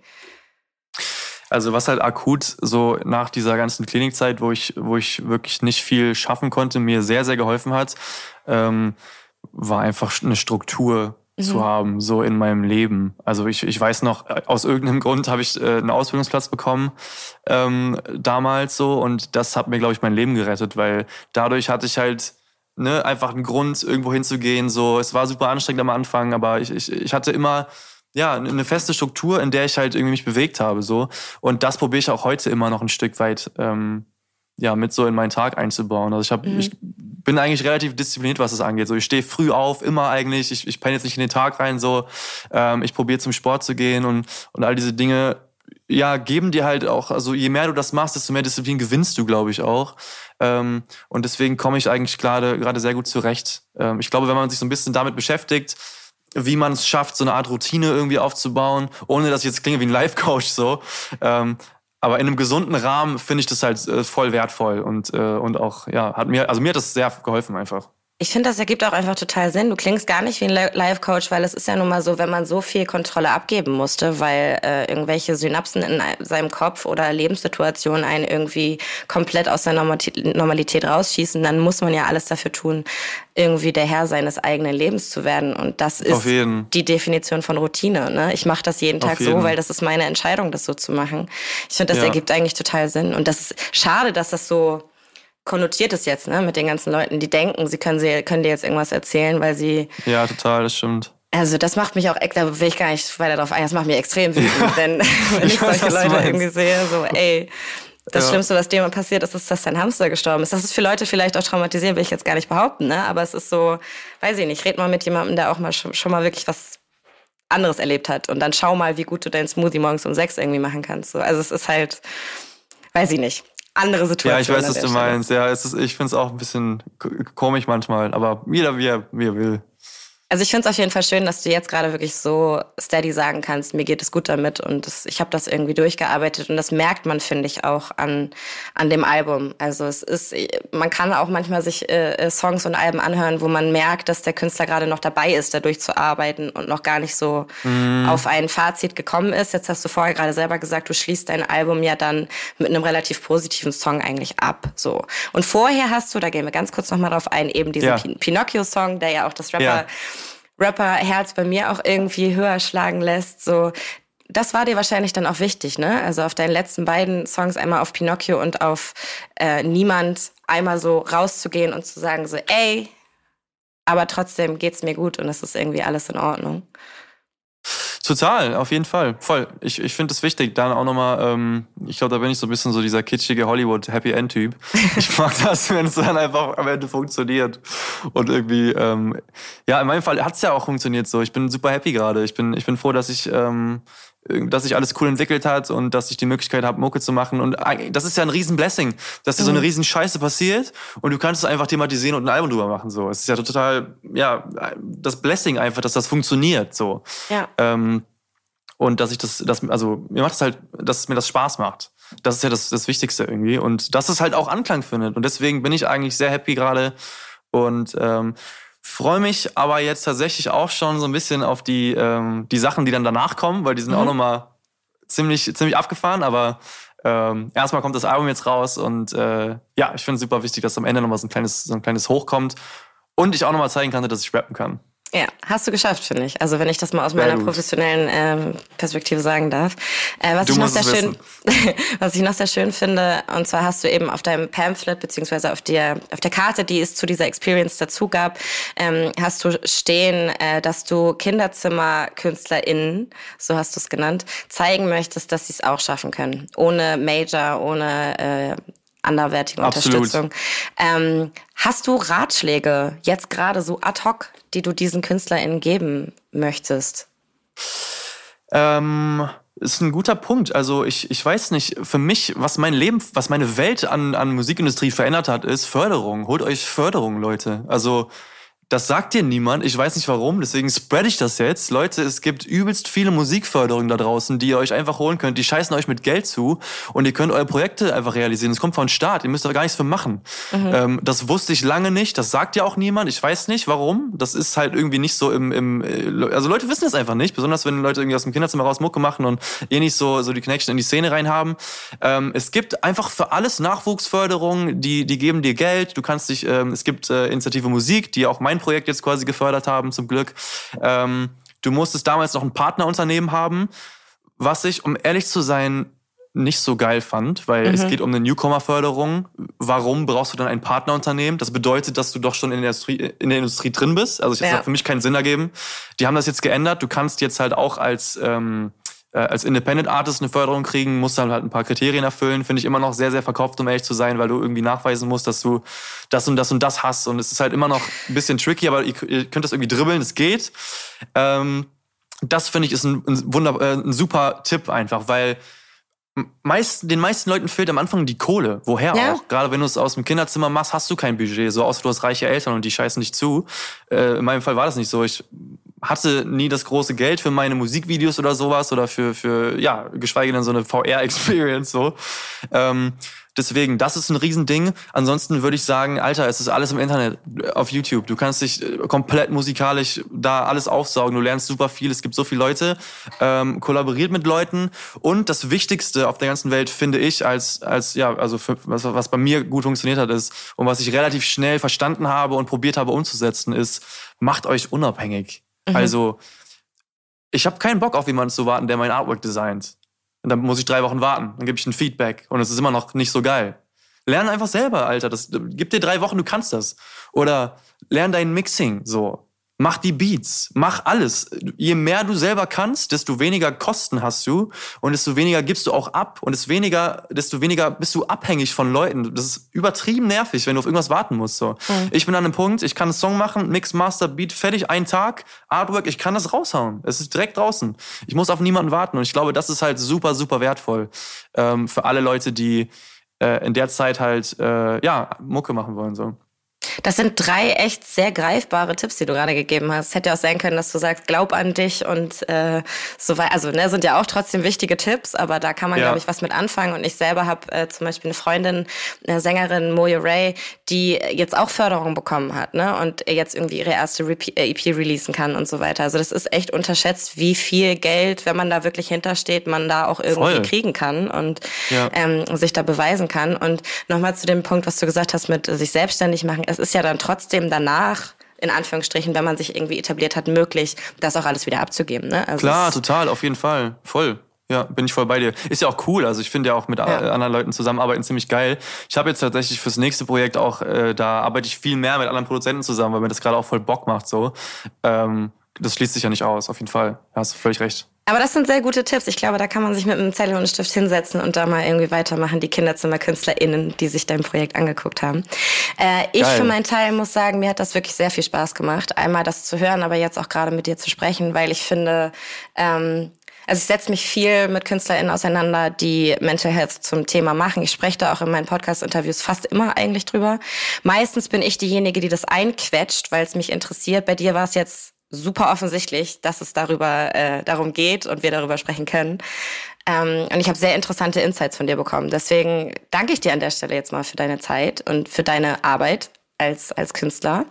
Also was halt akut so nach dieser ganzen Klinikzeit, wo ich, wo ich wirklich nicht viel schaffen konnte, mir sehr, sehr geholfen hat, ähm, war einfach eine Struktur mhm. zu haben, so in meinem Leben. Also ich, ich weiß noch, aus irgendeinem Grund habe ich äh, einen Ausbildungsplatz bekommen ähm, damals so und das hat mir, glaube ich, mein Leben gerettet, weil dadurch hatte ich halt ne, einfach einen Grund, irgendwo hinzugehen. So, es war super anstrengend am Anfang, aber ich, ich, ich hatte immer ja, eine feste Struktur, in der ich halt irgendwie mich bewegt habe, so. Und das probiere ich auch heute immer noch ein Stück weit, ähm, ja, mit so in meinen Tag einzubauen. Also ich habe, mhm. ich bin eigentlich relativ diszipliniert, was das angeht. So, ich stehe früh auf, immer eigentlich. Ich, ich penne jetzt nicht in den Tag rein, so. Ähm, ich probiere zum Sport zu gehen und, und all diese Dinge, ja, geben dir halt auch, also je mehr du das machst, desto mehr Disziplin gewinnst du, glaube ich, auch. Ähm, und deswegen komme ich eigentlich gerade, gerade sehr gut zurecht. Ähm, ich glaube, wenn man sich so ein bisschen damit beschäftigt, wie man es schafft, so eine Art Routine irgendwie aufzubauen, ohne dass ich jetzt klinge wie ein Life-Coach so. Ähm, aber in einem gesunden Rahmen finde ich das halt äh, voll wertvoll und, äh, und auch, ja, hat mir, also mir hat das sehr geholfen einfach. Ich finde, das ergibt auch einfach total Sinn. Du klingst gar nicht wie ein Life-Coach, weil es ist ja nun mal so, wenn man so viel Kontrolle abgeben musste, weil äh, irgendwelche Synapsen in seinem Kopf oder Lebenssituationen einen irgendwie komplett aus der Normalität rausschießen, dann muss man ja alles dafür tun, irgendwie der Herr seines eigenen Lebens zu werden. Und das ist die Definition von Routine. Ne? Ich mache das jeden Tag so, weil das ist meine Entscheidung, das so zu machen. Ich finde, das ja. ergibt eigentlich total Sinn. Und das ist schade, dass das so konnotiert ist jetzt, ne, mit den ganzen Leuten, die denken, sie können, sie können dir jetzt irgendwas erzählen, weil sie... Ja, total, das stimmt. Also das macht mich auch, da will ich gar nicht weiter drauf ein, das macht mich extrem wütend, denn wenn ich, ich weiß, solche Leute irgendwie sehe, so ey, das ja. Schlimmste, was dir mal passiert ist, ist, dass dein Hamster gestorben ist. Das ist für Leute vielleicht auch traumatisierend, will ich jetzt gar nicht behaupten, ne, aber es ist so, weiß ich nicht, red mal mit jemandem, der auch mal schon, schon mal wirklich was anderes erlebt hat und dann schau mal, wie gut du deinen Smoothie morgens um sechs irgendwie machen kannst. So. Also es ist halt, weiß ich nicht. Andere Situation. Ja, ich weiß, was du meinst. Ja, es ist, ich finde es auch ein bisschen komisch manchmal, aber jeder wie er, wie er will. Also ich finde es auf jeden Fall schön, dass du jetzt gerade wirklich so steady sagen kannst, mir geht es gut damit und das, ich habe das irgendwie durchgearbeitet und das merkt man, finde ich, auch an an dem Album. Also es ist, man kann auch manchmal sich äh, Songs und Alben anhören, wo man merkt, dass der Künstler gerade noch dabei ist, da durchzuarbeiten und noch gar nicht so mm. auf ein Fazit gekommen ist. Jetzt hast du vorher gerade selber gesagt, du schließt dein Album ja dann mit einem relativ positiven Song eigentlich ab. So. Und vorher hast du, da gehen wir ganz kurz nochmal drauf ein, eben diesen ja. Pin- Pinocchio-Song, der ja auch das Rapper ja. Rapper-Herz bei mir auch irgendwie höher schlagen lässt, so. Das war dir wahrscheinlich dann auch wichtig, ne? Also auf deinen letzten beiden Songs, einmal auf Pinocchio und auf äh, Niemand, einmal so rauszugehen und zu sagen so, ey, aber trotzdem geht's mir gut und es ist irgendwie alles in Ordnung. Total, auf jeden Fall, voll. Ich, ich finde es wichtig, dann auch nochmal, ähm, ich glaube, da bin ich so ein bisschen so dieser kitschige Hollywood-Happy-End-Typ. Ich mag das, wenn es dann einfach am Ende funktioniert. Und irgendwie, ähm, ja, in meinem Fall hat es ja auch funktioniert so. Ich bin super happy gerade. Ich bin, ich bin froh, dass ich... Ähm, dass sich alles cool entwickelt hat und dass ich die Möglichkeit habe, Mucke zu machen. Und das ist ja ein riesen Blessing, dass dir so eine riesen Scheiße passiert und du kannst es einfach thematisieren und ein Album drüber machen. So, es ist ja total, ja, das Blessing einfach, dass das funktioniert. So. Ja. Ähm, und dass ich das, das, also mir macht es halt, dass mir das Spaß macht. Das ist ja das, das Wichtigste irgendwie. Und dass es halt auch Anklang findet. Und deswegen bin ich eigentlich sehr happy gerade und ähm, freue mich aber jetzt tatsächlich auch schon so ein bisschen auf die, ähm, die Sachen, die dann danach kommen, weil die sind mhm. auch nochmal ziemlich, ziemlich abgefahren, aber ähm, erstmal kommt das Album jetzt raus und äh, ja, ich finde es super wichtig, dass am Ende nochmal so ein kleines, so ein kleines Hoch kommt und ich auch nochmal zeigen kann, dass ich rappen kann. Ja, hast du geschafft, finde ich. Also wenn ich das mal aus meiner professionellen ähm, Perspektive sagen darf. Äh, was, ich noch sehr schön, was ich noch sehr schön finde, und zwar hast du eben auf deinem Pamphlet, beziehungsweise auf der, auf der Karte, die es zu dieser Experience dazu gab, ähm, hast du stehen, äh, dass du KinderzimmerkünstlerInnen, so hast du es genannt, zeigen möchtest, dass sie es auch schaffen können. Ohne Major, ohne... Äh, anderwertige Absolut. Unterstützung. Ähm, hast du Ratschläge jetzt gerade so ad hoc, die du diesen KünstlerInnen geben möchtest? Ähm, ist ein guter Punkt. Also ich, ich weiß nicht, für mich, was mein Leben, was meine Welt an, an Musikindustrie verändert hat, ist Förderung. Holt euch Förderung, Leute. Also Das sagt dir niemand, ich weiß nicht warum, deswegen spread ich das jetzt. Leute, es gibt übelst viele Musikförderungen da draußen, die ihr euch einfach holen könnt. Die scheißen euch mit Geld zu und ihr könnt eure Projekte einfach realisieren. Es kommt von Staat, ihr müsst da gar nichts für machen. Mhm. Ähm, das wusste ich lange nicht, das sagt ja auch niemand. Ich weiß nicht, warum. Das ist halt irgendwie nicht so im... im also Leute wissen es einfach nicht, besonders wenn Leute irgendwie aus dem Kinderzimmer raus Mucke machen und eh nicht so, so die Connection in die Szene rein haben. Ähm, es gibt einfach für alles Nachwuchsförderungen, die, die geben dir Geld. Du kannst dich... Ähm, es gibt äh, Initiative Musik, die auch mein Projekt jetzt quasi gefördert haben, zum Glück. Ähm, du musstest damals noch ein Partnerunternehmen haben, was ich, um ehrlich zu sein, nicht so geil fand, weil mhm. es geht um eine Newcomer-Förderung. Warum brauchst du dann ein Partnerunternehmen? Das bedeutet, dass du doch schon in der Industrie, in der Industrie drin bist. Also das ja. hat für mich keinen Sinn ergeben. Die haben das jetzt geändert. Du kannst jetzt halt auch als... Ähm, als Independent Artist eine Förderung kriegen, musst dann halt ein paar Kriterien erfüllen. Finde ich immer noch sehr, sehr verkauft, um ehrlich zu sein, weil du irgendwie nachweisen musst, dass du das und das und das hast. Und es ist halt immer noch ein bisschen tricky, aber ihr, ihr könnt das irgendwie dribbeln, es geht. Ähm, das finde ich ist ein, ein, wunder, äh, ein super Tipp einfach, weil meist, den meisten Leuten fehlt am Anfang die Kohle. Woher ja. auch? Gerade wenn du es aus dem Kinderzimmer machst, hast du kein Budget. So außer du hast reiche Eltern und die scheißen dich zu. Äh, in meinem Fall war das nicht so. Ich hatte nie das große Geld für meine Musikvideos oder sowas oder für, für ja, geschweige denn so eine V R-Experience. So. Ähm, deswegen, das ist ein Riesending. Ansonsten würde ich sagen, Alter, es ist alles im Internet, auf YouTube. Du kannst dich komplett musikalisch da alles aufsaugen. Du lernst super viel. Es gibt so viele Leute. Ähm, kollaboriert mit Leuten. Und das Wichtigste auf der ganzen Welt, finde ich, als, als ja, also für, was, was bei mir gut funktioniert hat, ist, und was ich relativ schnell verstanden habe und probiert habe umzusetzen, ist, macht euch unabhängig. Mhm. Also, ich habe keinen Bock auf jemanden zu warten, der mein Artwork designt. Und dann muss ich drei Wochen warten. Dann gebe ich ein Feedback. Und es ist immer noch nicht so geil. Lern einfach selber, Alter. Das, gib dir drei Wochen, du kannst das. Oder lern dein Mixing, so. Mach die Beats. Mach alles. Je mehr du selber kannst, desto weniger Kosten hast du. Und desto weniger gibst du auch ab. Und desto weniger, desto weniger bist du abhängig von Leuten. Das ist übertrieben nervig, wenn du auf irgendwas warten musst, so. Mhm. Ich bin an einem Punkt, ich kann einen Song machen, Mix, Master, Beat, fertig, einen Tag, Artwork, ich kann das raushauen. Es ist direkt draußen. Ich muss auf niemanden warten. Und ich glaube, das ist halt super, super wertvoll. Ähm, für alle Leute, die äh, in der Zeit halt, äh, ja, Mucke machen wollen, so. Das sind drei echt sehr greifbare Tipps, die du gerade gegeben hast. Es hätte ja auch sein können, dass du sagst, glaub an dich und äh, so weiter. Also ne, sind ja auch trotzdem wichtige Tipps, aber da kann man, ja. glaube ich, was mit anfangen. Und ich selber habe äh, zum Beispiel eine Freundin, eine Sängerin, Moyo Ray, die jetzt auch Förderung bekommen hat, ne, und jetzt irgendwie ihre erste E P releasen kann und so weiter. Also das ist echt unterschätzt, wie viel Geld, wenn man da wirklich hintersteht, man da auch irgendwie Voll. kriegen kann und ja. ähm, sich da beweisen kann. Und nochmal zu dem Punkt, was du gesagt hast mit sich selbstständig machen. Es ist ja dann trotzdem danach, in Anführungsstrichen, wenn man sich irgendwie etabliert hat, möglich, das auch alles wieder abzugeben. Ne? Also Klar, total, auf jeden Fall. Voll. Ja, bin ich voll bei dir. Ist ja auch cool. Also ich finde ja auch mit ja. anderen Leuten zusammenarbeiten ziemlich geil. Ich habe jetzt tatsächlich fürs nächste Projekt auch, äh, da arbeite ich viel mehr mit anderen Produzenten zusammen, weil mir das gerade auch voll Bock macht. So, ähm, das schließt sich ja nicht aus, auf jeden Fall. Da hast du völlig recht. Aber das sind sehr gute Tipps. Ich glaube, da kann man sich mit einem Zettel und einem Stift hinsetzen und da mal irgendwie weitermachen, die KinderzimmerkünstlerInnen, die sich dein Projekt angeguckt haben. Äh, ich Geil. für meinen Teil muss sagen, mir hat das wirklich sehr viel Spaß gemacht, einmal das zu hören, aber jetzt auch gerade mit dir zu sprechen, weil ich finde, ähm, also ich setze mich viel mit KünstlerInnen auseinander, die Mental Health zum Thema machen. Ich spreche da auch in meinen Podcast-Interviews fast immer eigentlich drüber. Meistens bin ich diejenige, die das einquetscht, weil es mich interessiert. Bei dir war es jetzt super offensichtlich, dass es darüber äh, darum geht und wir darüber sprechen können. Ähm, und ich habe sehr interessante Insights von dir bekommen. Deswegen danke ich dir an der Stelle jetzt mal für deine Zeit und für deine Arbeit als als Künstler.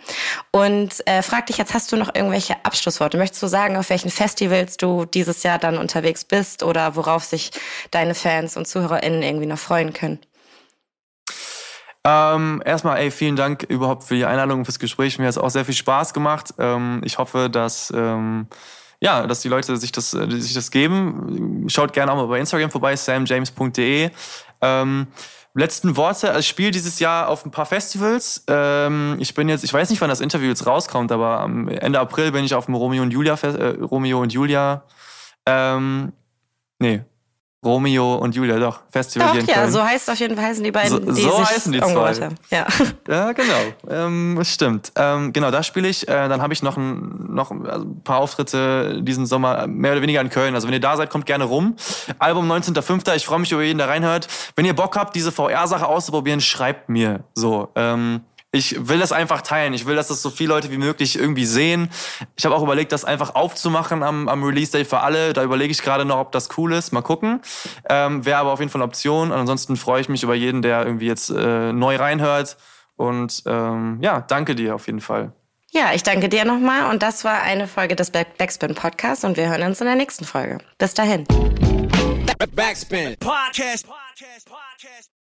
Und äh, frag dich jetzt, hast du noch irgendwelche Abschlussworte? Möchtest du sagen, auf welchen Festivals du dieses Jahr dann unterwegs bist oder worauf sich deine Fans und ZuhörerInnen irgendwie noch freuen können? Ähm, erstmal, ey, vielen Dank überhaupt für die Einladung, fürs Gespräch. Mir hat es auch sehr viel Spaß gemacht. Ähm, ich hoffe, dass, ähm, ja, dass die Leute sich das, äh, sich das geben. Schaut gerne auch mal bei Instagram vorbei, sam james punkt de. Ähm, letzten Worte. Ich spiele dieses Jahr auf ein paar Festivals. Ähm, ich bin jetzt, ich weiß nicht, wann das Interview jetzt rauskommt, aber am Ende April bin ich auf dem Romeo und Julia, äh, Romeo und Julia, ähm, nee, Romeo und Julia, doch, Festival doch, hier in ja, Köln. So heißt auf jeden Fall heißen die beiden, so, die so sich heißen die zwei. haben. Ja. Ja, genau. Ähm, stimmt. Ähm, genau, da spiele ich. Äh, dann habe ich noch ein, noch ein paar Auftritte diesen Sommer, mehr oder weniger in Köln. Also wenn ihr da seid, kommt gerne rum. Album neunzehnter fünfter Ich freue mich über jeden, der reinhört. Wenn ihr Bock habt, diese V R-Sache auszuprobieren, schreibt mir. So, ähm, ich will das einfach teilen. Ich will, dass das so viele Leute wie möglich irgendwie sehen. Ich habe auch überlegt, das einfach aufzumachen am, am Release-Day für alle. Da überlege ich gerade noch, ob das cool ist. Mal gucken. Ähm, Wäre aber auf jeden Fall eine Option. Und ansonsten freue ich mich über jeden, der irgendwie jetzt äh, neu reinhört. Und ähm, ja, danke dir auf jeden Fall. Ja, ich danke dir nochmal. Und das war eine Folge des Backspin Podcasts. Und wir hören uns in der nächsten Folge. Bis dahin. Backspin Podcast. Podcast. Podcast.